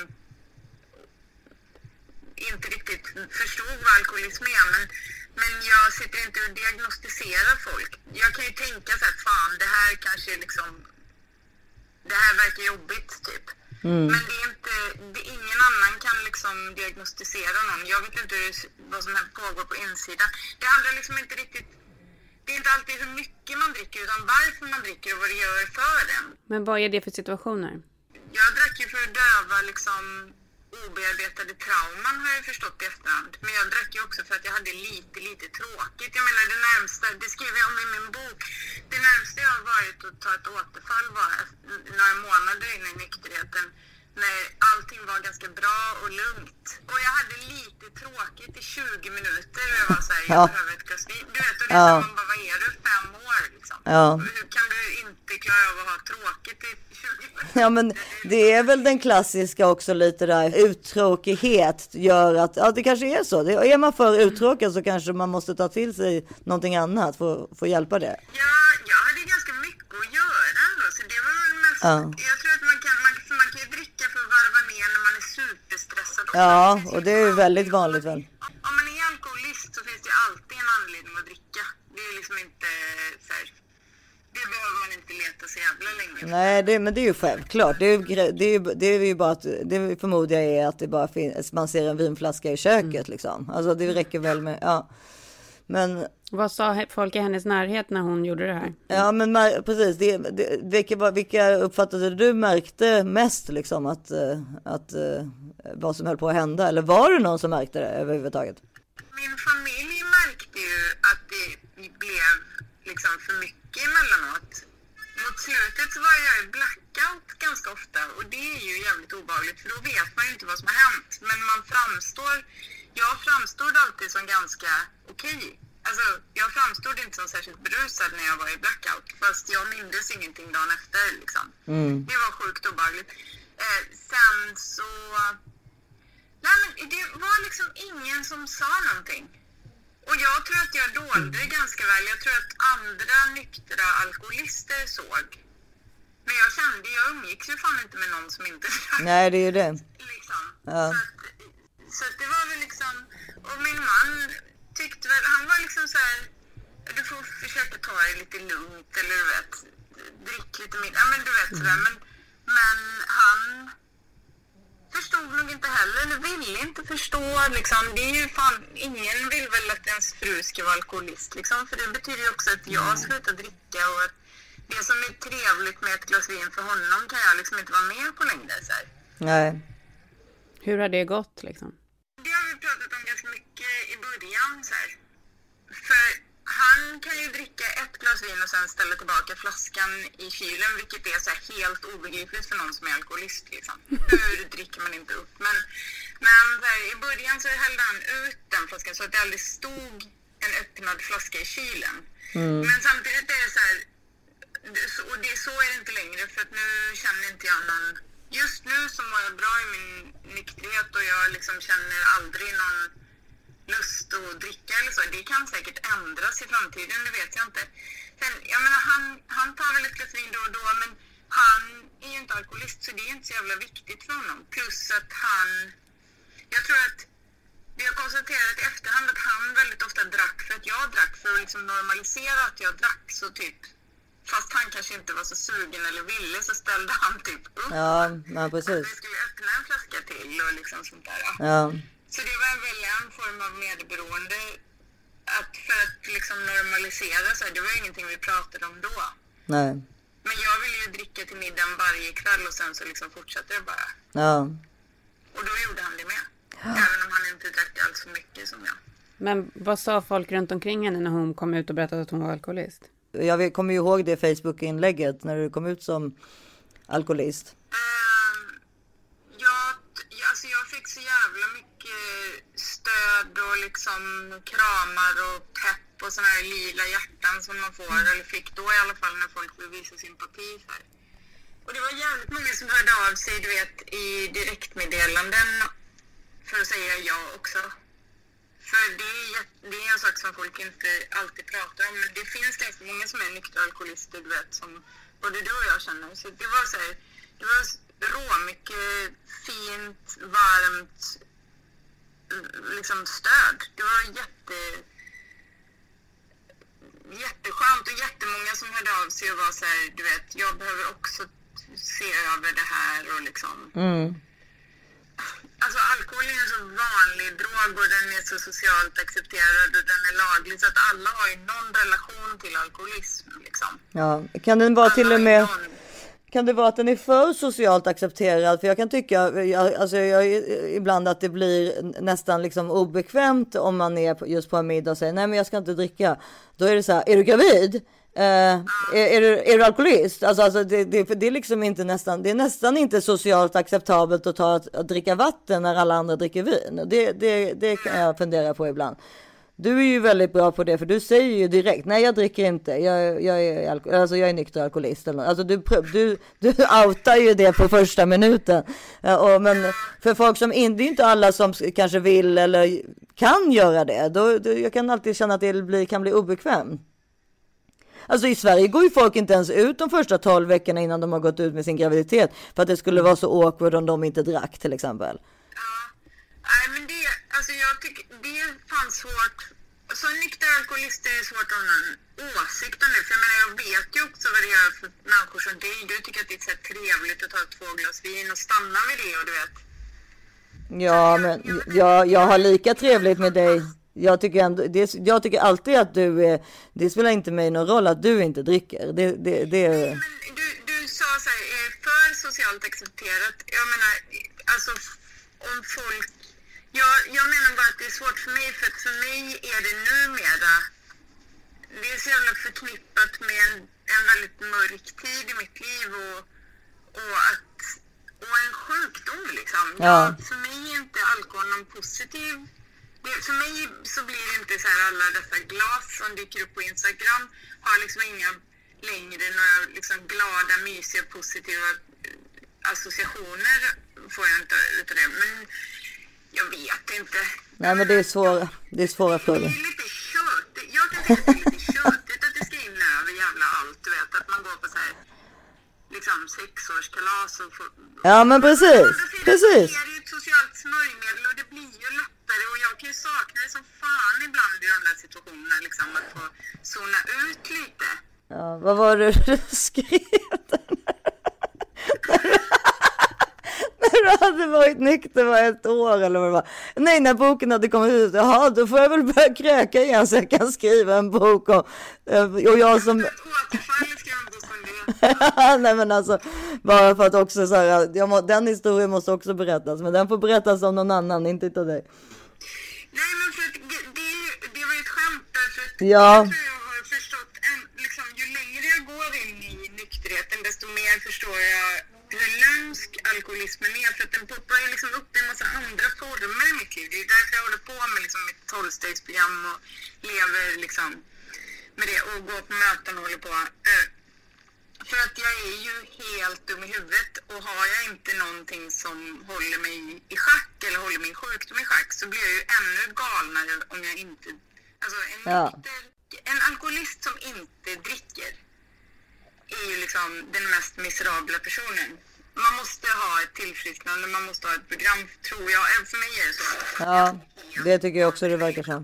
inte riktigt förstod vad alkoholism är. Men, men jag sitter inte och diagnostiserar folk. Jag kan ju tänka så här, fan det här kanske liksom, det här verkar jobbigt typ. Mm. Men det är inte, det, ingen annan kan liksom diagnostisera någon. Jag vet inte hur, vad som pågår på insidan. Det handlar liksom inte riktigt, det är inte alltid hur mycket man dricker utan varför man dricker och vad det gör för en. Men vad är det för situationer? Jag drack ju för att döva liksom obearbetade trauman har jag förstått i efterhand. Men jag drack ju också för att jag hade lite, lite tråkigt. Jag menar det närmsta, det skriver jag om i min bok. Det närmsta jag har varit att ta ett återfall var några månader in i nykterheten. När allting var ganska bra och lugnt. Och jag hade lite tråkigt i tjugo minuter. Och jag var såhär, jag ja. behöver ett glas vin. Du vet, och det är ja. man bara, vad är du? Fem år liksom. Ja. Hur kan du inte klara av att ha tråkigt i tjugo minuter? Ja, men det är väl den klassiska också lite där. Uttråkighet gör att, ja det kanske är så. Det, är man för uttråkad så kanske man måste ta till sig någonting annat för att hjälpa det. Ja, jag hade ganska mycket att göra ändå. Så det var väl mest, ja. jag tror att man kan, man, man kan ju dricka för att varva ner när man är superstressad. Och ja, och det är ju väldigt vanligt väl. Om man är alkoholist så finns det alltid en anledning att dricka. Det är liksom inte så här, det behöver man inte leta så jävla länge. Nej, det, men det är ju självklart. Det är ju, det är ju, det är ju bara att, det förmodar jag är att det bara finns, man ser en vinflaska i köket mm. liksom. Alltså det räcker väl med, ja. Men vad sa folk i hennes närhet när hon gjorde det här? Ja, men precis. Det, det, vilka, vilka uppfattade du märkte mest liksom att, att, att vad som höll på att hända? Eller var det någon som märkte det överhuvudtaget? Min familj märkte ju att det blev liksom för mycket emellanåt. Mot slutet så var jag i blackout ganska ofta och det är ju jävligt obehagligt för då vet man ju inte vad som har hänt. Men man framstår, jag framstod alltid som ganska okej. Alltså, jag framstod inte som särskilt berusad när jag var i blackout. Fast jag mindes ingenting dagen efter liksom. Mm. Det var sjukt obehagligt. Eh, sen så... Nej men det var liksom ingen som sa någonting. Och jag tror att jag dolde det ganska väl. Jag tror att andra nyktra alkoholister såg. Men jag kände, jag umgicks ju fan inte med någon som inte... Nej, det är ju det. Liksom. Ja. Så, att, så att det var väl liksom... Och min man tyckte väl, han var liksom så här, du får försöka ta det lite lugnt eller du vet, drick lite mer, ja men du vet sådär, men, men han förstod nog inte heller, eller ville inte förstå liksom, det är ju fan, ingen vill väl att ens fru ska vara alkoholist liksom, för det betyder ju också att jag slutar dricka och att det som är trevligt med ett glas vin för honom kan jag liksom inte vara med på längre så här. Nej. Hur har det gått liksom? Det har vi pratat om ganska mycket i början så här. För han kan ju dricka ett glas vin och sen ställa tillbaka flaskan i kylen, vilket är så här helt obegripligt för någon som är alkoholist liksom. Hur dricker man inte upp? Men, men så här, i början så hällde han ut den flaskan så att det aldrig stod en öppnad flaska i kylen. Mm. Men samtidigt är det så här, och det, så är det inte längre för att nu känner inte jag någon... Just nu så mår jag bra i min nykterhet och jag liksom känner aldrig någon lust att dricka eller så. Det kan säkert ändras i framtiden, det vet jag inte. Sen, jag menar, han, han tar väl ett glas vin då och då, men han är ju inte alkoholist så det är inte så jävla viktigt för honom. Plus att han, jag tror att vi har konstaterat i efterhand att han väldigt ofta drack för att jag drack för att liksom normalisera att jag drack så typ. Fast han kanske inte var så sugen eller ville så ställde han typ upp. Ja, ja precis. Att vi skulle öppna en flaska till och liksom sånt där. Ja. Så det var väl en form av medberoende. Att för att liksom normalisera så här, det var ju ingenting vi pratade om då. Nej. Men jag ville ju dricka till middagen varje kväll och sen så liksom fortsatte det bara. Ja. Och då gjorde han det med. Ja. Även om han inte drack alls så mycket som jag. Men vad sa folk runt omkring henne när hon kom ut och berättade att hon var alkoholist? Jag kommer ju ihåg det Facebook-inlägget när du kom ut som alkoholist. Um, jag, alltså jag fick så jävla mycket stöd och liksom kramar och pepp och såna här lila hjärtan som man får, mm. eller fick då i alla fall när folk vill visa sympati för. Och det var jävligt många som hörde av sig, du vet, i direktmeddelanden för att säga ja också. För det är, det är en sak som folk inte alltid pratar om. Men det finns ganska många som är nyktra alkoholister, du vet, som både du och jag känner. Så det var så här, det var rå mycket fint, varmt liksom stöd. Det var jätte jätteskönt och jättemånga som hörde av sig och var så här, du vet, jag behöver också se över det här och liksom. Mm. alltså alkohol är en så vanlig drog och den är så socialt accepterad och den är laglig så att alla har ju någon relation till alkoholism liksom. Ja, kan den vara till och med... Kan det vara att den är för socialt accepterad? För jag kan tycka jag, alltså jag, ibland att det blir nästan liksom obekvämt om man är på, just på en middag och säger nej men jag ska inte dricka. Då är det så här, är du gravid? Uh, är, är, du, är du alkoholist? Alltså, alltså det, det, det är liksom inte nästan, det är nästan inte socialt acceptabelt att, ta, att, att dricka vatten när alla andra dricker vin. Det, det, det kan jag fundera på ibland. Du är ju väldigt bra på det, för du säger ju direkt, nej jag dricker inte, jag, jag, är, alko- alltså, jag är nykter alkoholist. Eller något. Alltså du, du, du outar ju det på första minuten. Ja, och, men för folk som inte, det är inte alla som kanske vill eller kan göra det. Då, då, jag kan alltid känna att det blir, kan bli obekväm. Alltså i Sverige går ju folk inte ens ut de första tolv veckorna innan de har gått ut med sin graviditet. För att det skulle vara så awkward om de inte drack till exempel. Nej, men det, alltså jag tycker, det fanns svårt, så nykter alkoholist är svårt att ha någon åsikt om det, för jag menar, jag vet ju också vad det gör för människor som dig. Du tycker att det är så trevligt att ta två glas vin och stanna vid det, och du vet. Ja, men jag, jag har lika trevligt med dig. Jag tycker, ändå, det, jag tycker alltid att du, det spelar inte mig någon roll att du inte dricker. Det, det, det... Nej, men du, du sa så här, för socialt accepterat, jag menar, alltså om folk, Jag, jag menar bara att det är svårt för mig, för att för mig är det numera, det är så jävla förknippat med en, en väldigt mörk tid i mitt liv och, och, att, och en sjukdom liksom. Ja. Jag, för mig är inte alkohol någon positiv, det, för mig så blir det inte så här, alla dessa glas som dyker upp på Instagram har liksom inga längre några liksom glada, mysiga, positiva associationer, får jag inte utav det, men jag vet inte. Nej, men det är svåra, det är svåra frågor. Det är lite tjötigt. Jag kan tycka att det är lite tjötigt att det ska in över jävla allt, du vet. Att man går på så här, liksom sexårskalas och får... Ja, men precis. Precis. Det är ju ett socialt smörjmedel och det blir ju lättare. Och jag kan ju sakna det som fan ibland i de där situationerna, liksom. Att få zona ut lite. Ja, vad var det du skrev där? När du hade varit nykter var ett år eller vad det var. Nej, när boken hade kommit ut. Jaha, då får jag väl börja kräka igen så jag kan skriva en bok. Och, och jag som... Nej, men alltså, bara för att också så här, jag må, den historien måste också berättas. Men den får berättas av någon annan, inte utav dig. Nej, men för att det, det, det var ju ett skämt därför att ja. Jag tror jag har förstått, en, liksom, ju längre jag går in i nykterheten desto mer förstår jag hur lömsk alkoholismen är, för att den poppar ju liksom upp i en massa andra former i mitt liv. Det är därför jag håller på med liksom mitt tolvstegsprogram och lever liksom med det och går på möten och håller på. För att jag är ju helt dum i huvudet, och har jag inte någonting som håller mig i schack eller håller min sjukdom i schack så blir jag ju ännu galnare om jag inte... Alltså en, ja. nykter, en alkoholist som inte dricker är ju liksom den mest miserabla personen. Man måste ha ett tillfrisknande, man måste ha ett program, tror jag. För mig är det så. Ja, det tycker jag också det verkar som.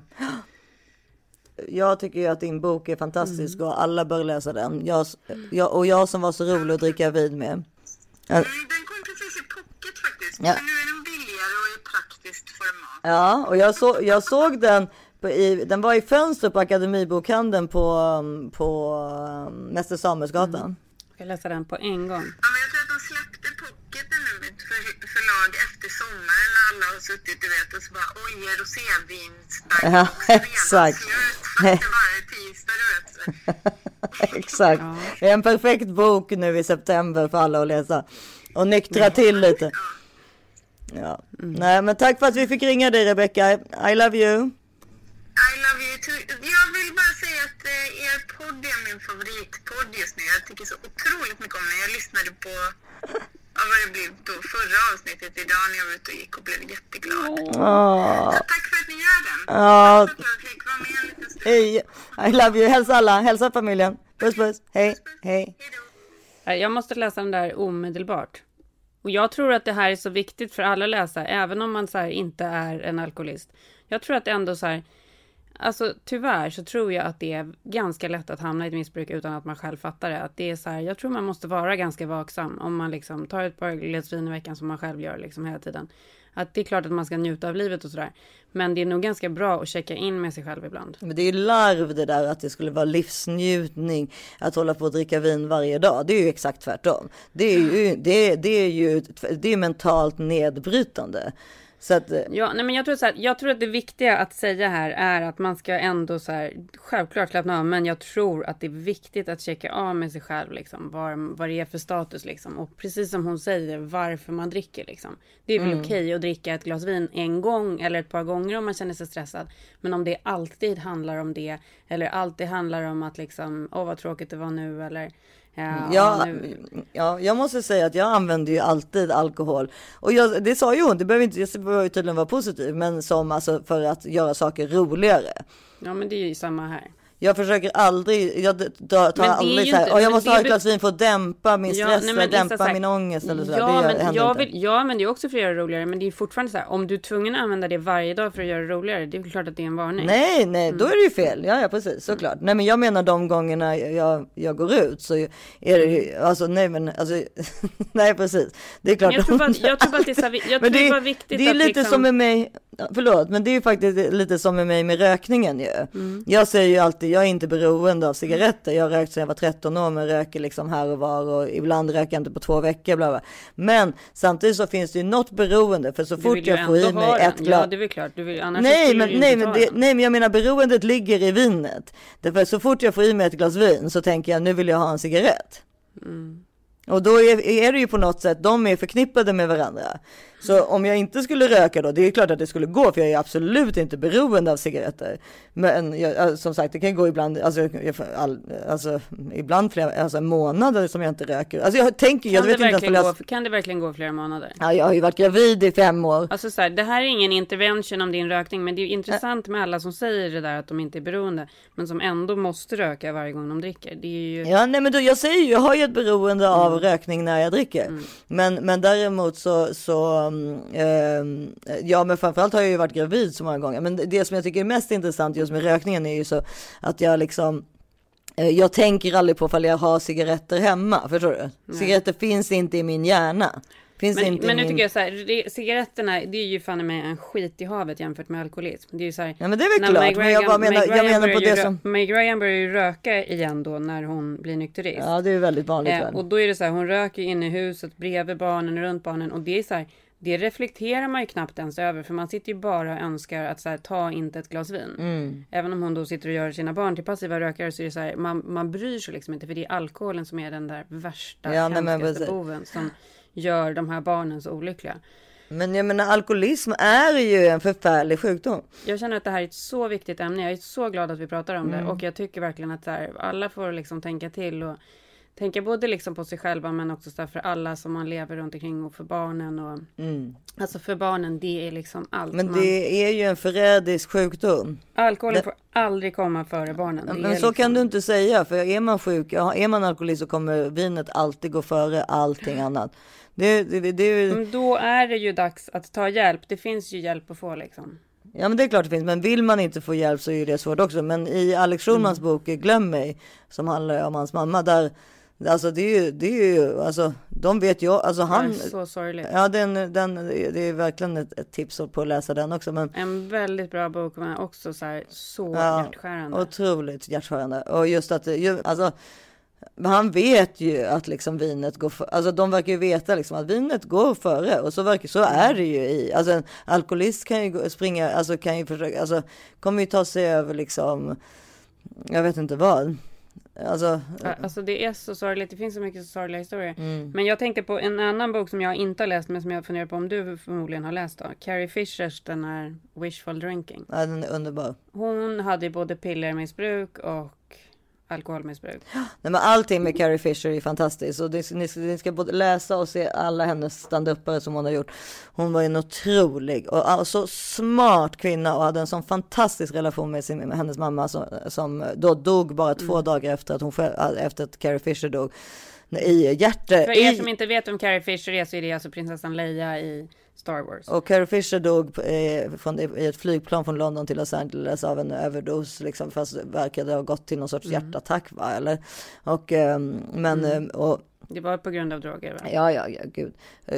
Jag tycker ju att din bok är fantastisk mm. och alla bör läsa den. Jag, jag, och jag som var så rolig att dricka vin med. Mm, den kom precis i pocket faktiskt. Ja. Men nu är den billigare och i praktiskt format. Ja, och jag, så, jag såg den... I, den var i fönster på Akademibokhandeln på, på um, Mäster Samuelsgatan. Mm. Jag ska läsa den på en gång. Ja, men jag tror att de släppte pocketen nu med ett för, förlag efter sommaren när alla har suttit, du vet, och så bara, oj, rosévinsdagen ja, också redan exakt. slut. Fast det bara är tisdag, du vet. Exakt. Ja. Det är en perfekt bok nu i september för alla att läsa. Och nyktra till lite. Ja. Ja. Mm. Nej, men tack för att vi fick ringa dig, Rebecca. I love you. I love you too. Jag vill bara säga att eh, er podd är min favoritpodd just nu. Jag tycker så otroligt mycket om den. Jag lyssnade på ja, vad det blev då, förra avsnittet idag när jag var ute och gick och blev jätteglad. Oh. Så tack för att ni gör den. Oh. Tack för att jag fick vara med en liten stund. Hej, I love you. Hälsa alla. Hälsa familjen. Puss, puss. Hej, puss, puss. Hej. Hej. Jag måste läsa den där omedelbart. Och jag tror att det här är så viktigt för alla läsare, även om man så här, inte är en alkoholist. Jag tror att det ändå så här, Alltså tyvärr så tror jag att det är ganska lätt att hamna i ett missbruk utan att man själv fattar det. Att det är så här, jag tror man måste vara ganska vaksam om man liksom tar ett par glas vin i veckan som man själv gör liksom hela tiden. Att det är klart att man ska njuta av livet och sådär. Men det är nog ganska bra att checka in med sig själv ibland. Men det är ju larv det där att det skulle vara livsnjutning att hålla på att dricka vin varje dag. Det är ju exakt tvärtom. Det är ju, det, det är ju det är mentalt nedbrytande. Så att, ja, nej men jag tror så här, jag tror att det viktiga att säga här är att man ska ändå så här, självklart slappna av, men jag tror att det är viktigt att checka av med sig själv liksom, vad, vad det är för status liksom, och precis som hon säger, varför man dricker liksom. Det är väl mm. okej att dricka ett glas vin en gång eller ett par gånger om man känner sig stressad, men om det alltid handlar om det, eller alltid handlar om att liksom, åh vad tråkigt det var nu, eller Ja, ja, ja, jag måste säga att jag använder ju alltid alkohol. Och jag, det sa ju hon, det behöver inte, jag behöver ju tydligen vara positiv, men som alltså för att göra saker roligare. Ja, men det är ju samma här. Jag försöker aldrig, jag tar aldrig så här, och jag måste ha ett glas vin för att dämpa min stress, ja, nej, dämpa här, min ångest eller så. Ja, det men jag vill, ja, men det är också för att göra det roligare, men det är fortfarande så här, om du är tvungen att använda det varje dag för att göra det roligare, det är klart att det är en varning. Nej, nej, då är det ju fel. Ja, ja, precis, såklart. Mm. Nej, men jag menar de gångerna jag, jag går ut så är det ju, alltså nej, men alltså, nej, precis. Det är klart. Jag tror bara, jag tror bara att det är så, jag tror det var viktigt. Det är att lite liksom... som med mig, förlåt, men det är ju faktiskt lite som med mig med rökningen ju. Mm. Jag säger ju alltid, jag är inte beroende av cigaretter. Jag har rökt sedan jag var tretton år, men röker liksom här och var, och ibland röker jag inte på två veckor, bla bla. Men samtidigt så finns det ju något beroende, för så fort jag får i mig ett glas. Ja, det är väl klart. Du vill, annars nej, men, nej, men det, nej, men jag menar beroendet ligger i vinet. Därför så fort jag får i mig ett glas vin så tänker jag, nu vill jag ha en cigarett. Mm. Och då är, är det ju på något sätt, de är förknippade med varandra. Så om jag inte skulle röka då, det är klart att det skulle gå, för jag är absolut inte beroende av cigaretter. Men jag, som sagt, det kan gå ibland, alltså, all, alltså ibland flera, alltså månader som jag inte röker. Alltså jag tänker, jag kan, vet det inte gå, jag... kan det verkligen gå flera månader? Ja, jag har ju varit gravid i fem år. Alltså så här, det här är ingen intervention om din rökning, men det är ju intressant med alla som säger det där att de inte är beroende, men som ändå måste röka varje gång de dricker. Det är ju... Ja, nej men då, jag säger ju, jag har ju ett beroende av mm. rökning när jag dricker. Mm. Men, men däremot så, så um, ja, men framförallt har jag ju varit gravid så många gånger. Men det som jag tycker är mest intressant just med rökningen är ju så att jag liksom, jag tänker aldrig på ifall jag har cigaretter hemma, förstår du? Nej. Cigaretter finns inte i min hjärna. Finns men inte men nu min... tycker jag så här, cigaretterna, det är ju fan med en skit i havet jämfört med alkoholism. Det är ju så här, ja, men det är väl klart, men jag bara menar, jag menar på det som... Meg Ryan börjar ju röka igen då när hon blir nykterist. Ja, det är ju väldigt vanligt. Eh, och då är det så här, hon röker ju inne i huset bredvid barnen, runt barnen, och det är så här, det reflekterar man ju knappt ens över, för man sitter ju bara och önskar att så här, ta inte ett glas vin. Mm. Även om hon då sitter och gör sina barn till passiva rökare, så är det så här, man, man bryr sig liksom inte, för det är alkoholen som är den där värsta, ja, hemskaste men... boven som gör de här barnen så olyckliga. Men jag menar, alkoholism är ju en förfärlig sjukdom. Jag känner att det här är ett så viktigt ämne. Jag är så glad att vi pratar om mm. det. Och jag tycker verkligen att så här, alla får liksom tänka till och tänka både liksom på sig själva, men också så för alla som man lever runt omkring, och för barnen. Och, mm. Alltså för barnen, det är liksom allt. Men man... det är ju en förrädisk sjukdom. Alkoholen det... får aldrig komma före barnen. Det men så liksom... kan du inte säga, för är man sjuk, är man alkoholist, så kommer vinet alltid gå före allting annat. Det, det, det... Men då är det ju dags att ta hjälp. Det finns ju hjälp att få liksom. Ja, men det är klart det finns. Men vill man inte få hjälp så är det svårt också. Men i Alex Schulmans mm. bok Glöm mig, som handlar om hans mamma, där, alltså det är ju, det är ju, alltså de vet ju, alltså han. Det är så sorgligt. Ja, den, den, det är verkligen ett, ett tips på att läsa den också. Men en väldigt bra bok, men också så här, så ja, hjärtskärande. Otroligt hjärtskärande. Och just att, alltså, han vet ju att liksom vinet går för, alltså de verkar ju veta liksom att vinet går före, och så verkar, så är det ju i, alltså en alkoholist kan ju springa, alltså kan ju försöka, alltså kommer ju ta sig över liksom, jag vet inte vad. Alltså, alltså det är så sorgligt, det finns så mycket så sorgliga historier. Mm. Men jag tänkte på en annan bok som jag inte har läst, men som jag funderar på om du förmodligen har läst då. Carrie Fishers, den här Wishful Drinking. Ja, den är underbar. Hon hade ju både pillermissbruk och alkoholmissbruk. Nej, men allting med Carrie Fisher är fantastiskt, och det, ni, ni ska både läsa och se alla hennes stand-upare som hon har gjort. Hon var en otrolig och, och så smart kvinna, och hade en sån fantastisk relation med, sin, med hennes mamma som, som då dog bara två mm. dagar efter att hon efter att Carrie Fisher dog. i hjärtat. För er i... som inte vet om Carrie Fisher är, så är det alltså prinsessan Leia i Star Wars. Och Carrie Fisher dog eh, från, i ett flygplan från London till Los Angeles av en överdos, liksom, fast verkade ha gått till någon sorts mm. hjärtattack, va? Eller? Och, eh, men, mm. och, det var på grund av droger, va? Ja, ja, ja, gud.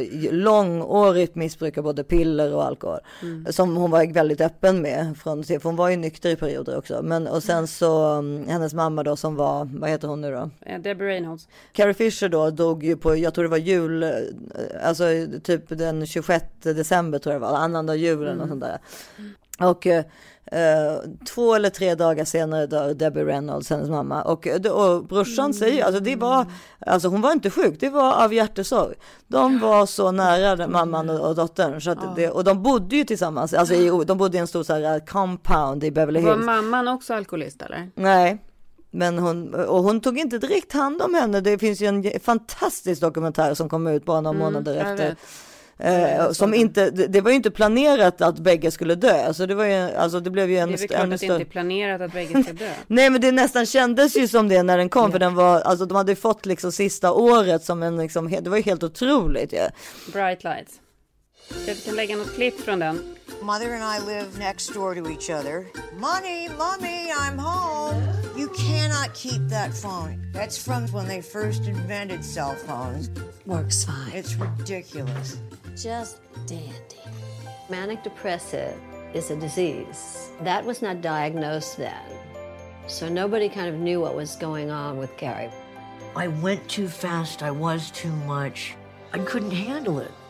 Långårigt missbruk av både piller och alkohol. Mm. Som hon var väldigt öppen med. Från, för hon var ju nykter i perioder också. Men, och sen så, hennes mamma då som var, vad heter hon nu då? Debbie Reynolds. Carrie Fisher då dog ju på, jag tror det var jul, alltså typ den tjugosjätte december tror jag det var, annandag julen mm. och sånt där. Och Uh, två eller tre dagar senare dör Debbie Reynolds, hennes mamma, och, och brorsan mm. säger, alltså det var, alltså hon var inte sjuk, det var av hjärtesorg. De var så nära den, mamman och, och dottern, så att ja. det, och de bodde ju tillsammans, alltså i, de bodde i en stor så här compound i Beverly Hills. Var mamman också alkoholist eller? Nej. Men hon, och hon tog inte direkt hand om henne. Det finns ju en fantastisk dokumentär som kom ut bara några mm, månader efter. Eh, som inte, det, det var ju inte planerat att bägge skulle dö. Alltså det var ju, alltså det blev ju en, det är väl klart en att större... det inte är planerat att bägge ska dö. Nej, men det nästan kändes ju som det när den kom, yeah. för den var, alltså de hade fått liksom sista året som en liksom, det var ju helt otroligt. Ja. Bright Lights. Jag kan lägga något klipp från den. Mother and I live next door to each other. Money, mommy, I'm home. You cannot keep that phone. That's from when they first invented cell phones. Works fine. It's ridiculous. Just dandy. Manic depressive is a disease. That was not diagnosed then. So nobody kind of knew what was going on with Carrie. I went too fast. I was too much. I couldn't handle it.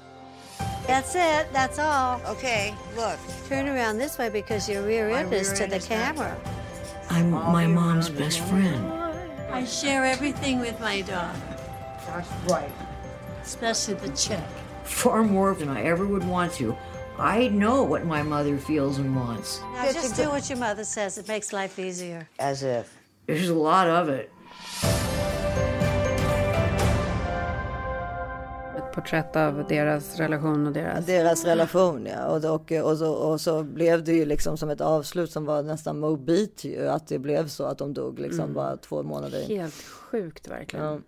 That's it. That's all. Okay, look. Turn around this way because your rear end is to the camera. I'm my mom's best friend. I share everything with my daughter. That's right. Especially the check. Far more than I ever would want to. I know what my mother feels and wants. Now just do what your mother says. It makes life easier. As if. There's a lot of it. Ett porträtt av deras relation och deras... Deras relation, ja. Och, och, och, så, och så blev det ju liksom som ett avslut som var nästan morbid ju. Att det blev så att de dog liksom mm. bara två månader in. Helt sjukt verkligen. Ja.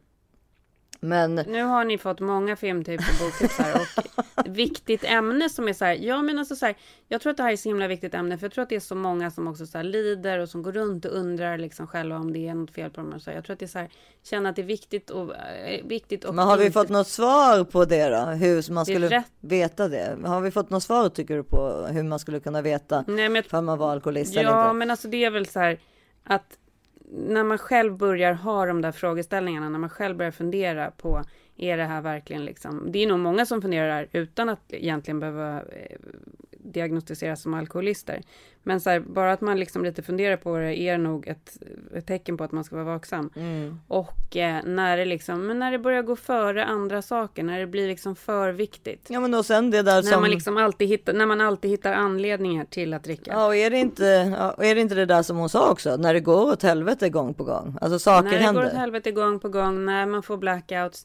Men... Nu har ni fått många filmtips och boktips här och viktigt ämne som är så här, ja men alltså så här, jag tror att det här är så himla viktigt ämne för jag tror att det är så många som också så här lider och som går runt och undrar liksom själva om det är något fel på dem och så här. Jag tror att det är så här, känner att det är viktigt och, äh, viktigt och men har vi inte... fått något svar på det då? Hur man skulle rätt... veta det? Har vi fått något svar tycker du på hur man skulle kunna veta Nej, men jag... om man var alkoholist ja, eller inte? Ja men alltså det är väl så här att när man själv börjar ha de där frågeställningarna, när man själv börjar fundera på är det här verkligen liksom, det är nog många som funderar här utan att egentligen behöva eh, diagnostiseras som alkoholister. Men så här, bara att man liksom lite funderar på det är nog ett, ett tecken på att man ska vara vaksam. Mm. Och eh, när det liksom, men när det börjar gå före andra saker, när det blir liksom för viktigt. Ja men och sen det där när som... man liksom alltid hittar, när man alltid hittar anledningar till att dricka. Ja och är det inte, ja, är det inte det där som hon sa också, när det går åt helvete gång på gång. Alltså saker händer. När det går åt helvete gång på gång, när man får blackouts.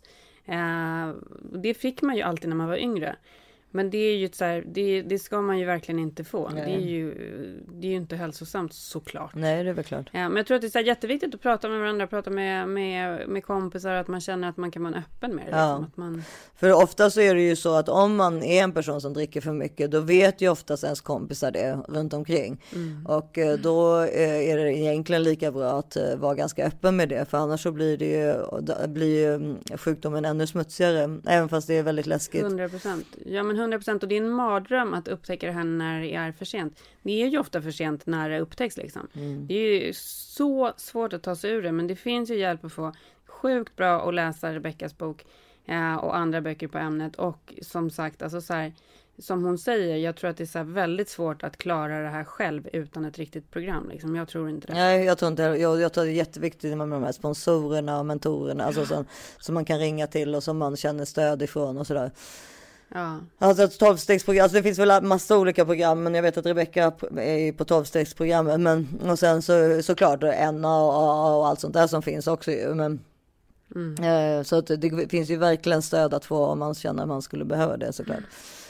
Eh, det fick man ju alltid när man var yngre. Men det är ju så här, det, det ska man ju verkligen inte få. Det är ju, det är ju inte hälsosamt såklart. Nej, det är väl klart. Ja, men jag tror att det är så här jätteviktigt att prata med varandra, prata med, med, med kompisar, att man känner att man kan vara öppen med det. Ja. Liksom, att man... För ofta så är det ju så att om man är en person som dricker för mycket, då vet ju oftast ens kompisar det runt omkring. Mm. Och då är det egentligen lika bra att vara ganska öppen med det. För annars så blir det ju, blir ju sjukdomen ännu smutsigare, även fast det är väldigt läskigt. hundra procent. Ja, men hundra procent. Och det är en mardröm att upptäcka det här när det är för sent. Det är ju ofta för sent när det upptäcks liksom. Mm. Det är ju så svårt att ta sig ur det, men det finns ju hjälp att få. Sjukt bra att läsa Rebeckas bok eh, och andra böcker på ämnet. Och som sagt, alltså så här, som hon säger, jag tror att det är så här väldigt svårt att klara det här själv utan ett riktigt program. Liksom. Jag tror inte det. Nej, jag tror inte. Jag, jag tror det är jätteviktigt med de här sponsorerna och mentorerna, alltså som, som man kan ringa till och som man känner stöd ifrån och sådär. Ja. Alltså ett tolvstegsprogram, alltså det finns väl massa olika program, men jag vet att Rebecka är på tolvstegsprogrammet, men och sen så såklart N A och A och allt sånt där som finns också ju, men mm. eh, så att det finns ju verkligen stöd att få om man känner att man skulle behöva det såklart.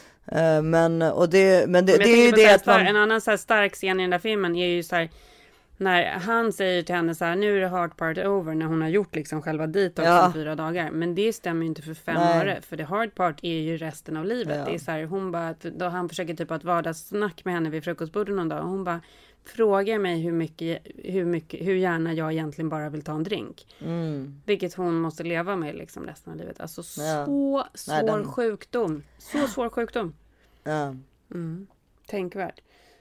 Mm. Men och det men det, men det är ju det att man... man... en annan så här stark scen i den där filmen är ju så här När han säger till henne så här, nu är det hard part over, när hon har gjort liksom själva detoxen ja. fyra dagar. Men det stämmer ju inte för fem Nej. öre. För det hard part är ju resten av livet. Ja. Det är så här, hon bara, då han försöker typ att vardagssnack med henne vid frukostbordet någon dag. Och hon bara frågar mig hur mycket, hur mycket, hur gärna jag egentligen bara vill ta en drink. Mm. Vilket hon måste leva med liksom resten av livet. Alltså Ja. så svår Nej, den... sjukdom. Så svår sjukdom. Ja. Mm. Tänkvärt.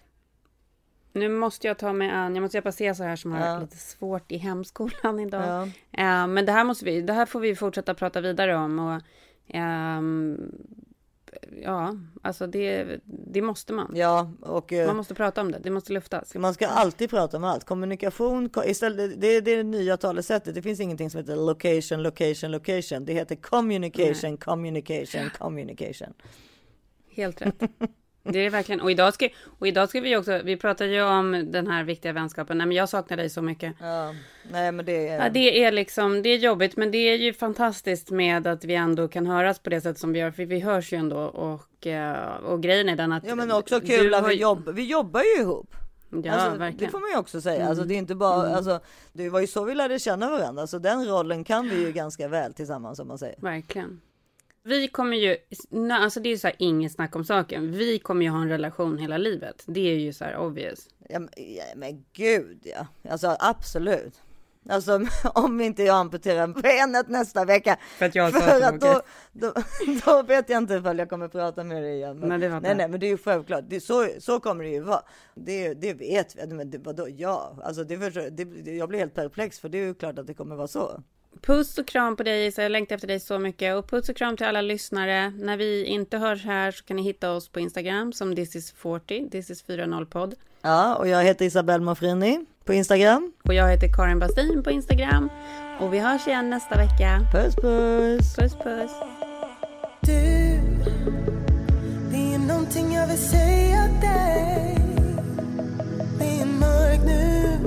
Nu måste jag ta mig an, jag måste hjälpa se så här som har Ja. lite svårt i hemskolan idag. Ja. Uh, men det här måste vi, det här får vi fortsätta prata vidare om. Och, um, ja, alltså det, det måste man. Ja, och uh, man måste prata om det, det måste luftas. Man ska alltid prata om allt. Kommunikation, istället, det är det nya talesättet. Det finns ingenting som heter location, location, location. Det heter communication, Nej. communication, communication. Helt rätt. Det är verkligen, och idag ska, och idag ska vi också, vi pratar ju om den här viktiga vänskapen. Nej, men jag saknar dig så mycket. Ja, nej men det är... Ja, det är liksom, det är jobbigt, men det är ju fantastiskt med att vi ändå kan höras på det sätt som vi gör, för vi hörs ju ändå, och, och grejen är den att... Ja, men också kul att har... vi, jobb, vi jobbar ju ihop. Ja, alltså, verkligen. Det får man ju också säga. Mm. Alltså, det är inte bara, Mm. alltså, det var ju så vi lärde känna varandra, så den rollen kan vi ju ganska väl tillsammans, som man säger. Verkligen. Vi kommer ju, alltså det är ju så här inget snack om saken. Vi kommer ju ha en relation hela livet. Det är ju så här obvious. Ja, men, ja, men gud ja. Alltså absolut. Alltså om inte jag amputerar benet nästa vecka. För att jag sa för att, att då, då, då vet jag inte ifall jag kommer prata med dig igen. Men, nej, det var nej, nej, men det är ju självklart. Det, så, så kommer det ju vara. Det, det vet vi. Men det, vadå? Ja, alltså det, för, det, jag blir helt perplex, för det är ju klart att det kommer vara så. Puss och kram på dig, så jag längtar efter dig så mycket. Och puss och kram till alla lyssnare. När vi inte hörs här så kan ni hitta oss på Instagram som this is fyrtio, this is fyrtio podd. Ja, och jag heter Isabelle Mofrini på Instagram. Och jag heter Karin Bastin på Instagram. Och vi hörs igen nästa vecka. Puss puss. Puss puss. Du, det är någonting jag vill säga dig. Det är mörkt nu.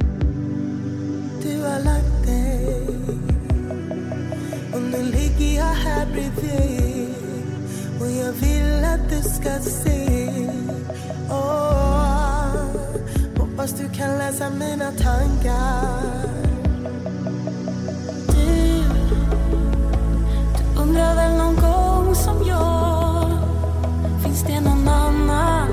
Du har lagt dig. Och nu ligger jag här bredvid. Och jag vill att du ska se. Åh, hoppas du kan läsa mina tankar. Du, du undrar väl någon gång som jag. Finns det någon annan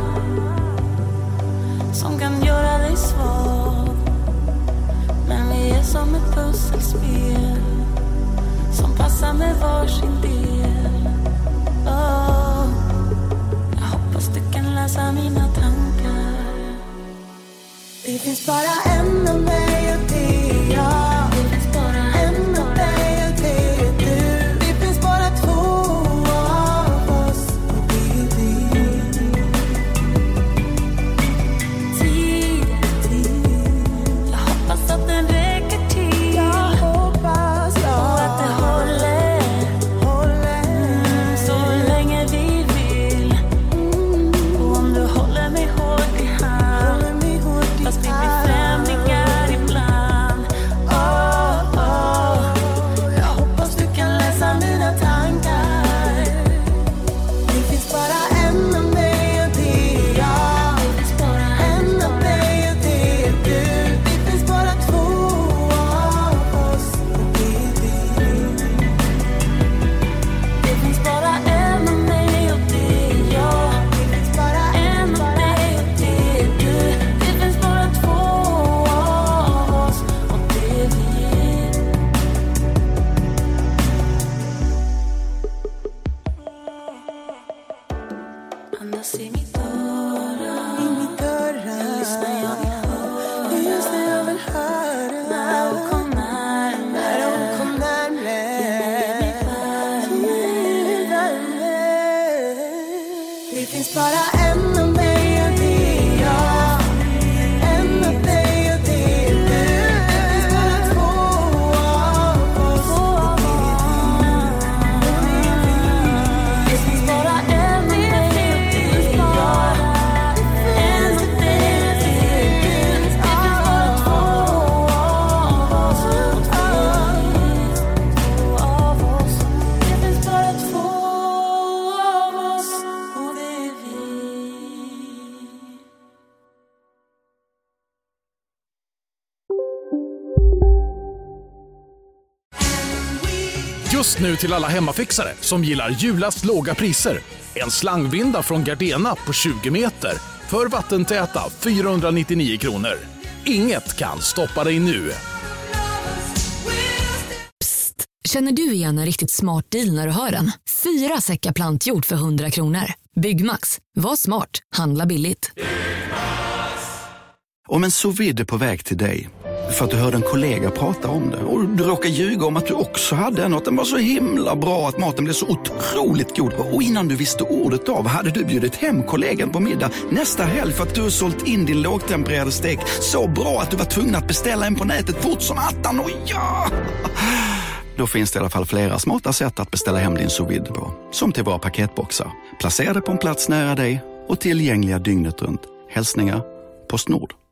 som kan göra dig svag? Men vi är som ett pusselspel som passar med varsin del. Oh, jag hoppas du kan läsa mina tankar. Det finns bara en av mig och det är jag. Det finns bara en av dig och det är du. Det finns bara två av oss och det är vi. Tid, tid. Jag hoppas att den räcker till. Jag hoppas jag. Och att det håller, håller. Mm, så länge vi vill. Mm. Och om du håller mig hårt i hand. Håller mig hårt i fast vi blir främlingar ibland. Oh, oh. Jag hoppas du kan läsa mina tankar. Det finns bara en av mig och det är jag. Det finns bara en av dig och det är du. Det finns bara två av oss och det är vi. Det finns bara en av mig och det är jag. Det finns bara en av dig och det är du. Det finns bara två av oss och det är vi. Andas i mitt öra. I mitt öra. Jag lyssnar, jag vill höra. Jag lyssnar, jag vill höra. När hon kom närmare. När hon kom närmare. Ge mig värme. Det finns bara en av mig och det är jag. En av dig och det är du. Det finns bara två av oss och det är vi. Det finns bara en av mig och det är jag. En av dig och det är du. Det finns bara två av oss och det är vi. Två av oss. Det finns bara två av oss och det är vi. Just nu till alla hemmafixare som gillar Julas låga priser. En slangvinda från Gardena på tjugo meter för vattentäta fyrahundranittionio kronor. Inget kan stoppa dig nu. Psst, känner du igen en riktigt smart deal när du hör den? Fyra säckar plantjord för hundra kronor. Byggmax, var smart, handla billigt. Om en sous vide är på väg till dig för att du hörde en kollega prata om det och du råkar ljuga om att du också hade en och att den var så himla bra att maten blev så otroligt god. Och innan du visste ordet av hade du bjudit hem kollegan på middag nästa helg för att du har sålt in din lågtempererade stek så bra att du var tvungen att beställa en på nätet fort som attan. Och ja! Då finns det i alla fall flera smarta sätt att beställa hem din sous vide på. Som till våra paketboxar. Placerade på en plats nära dig och tillgängliga dygnet runt. Hälsningar, PostNord.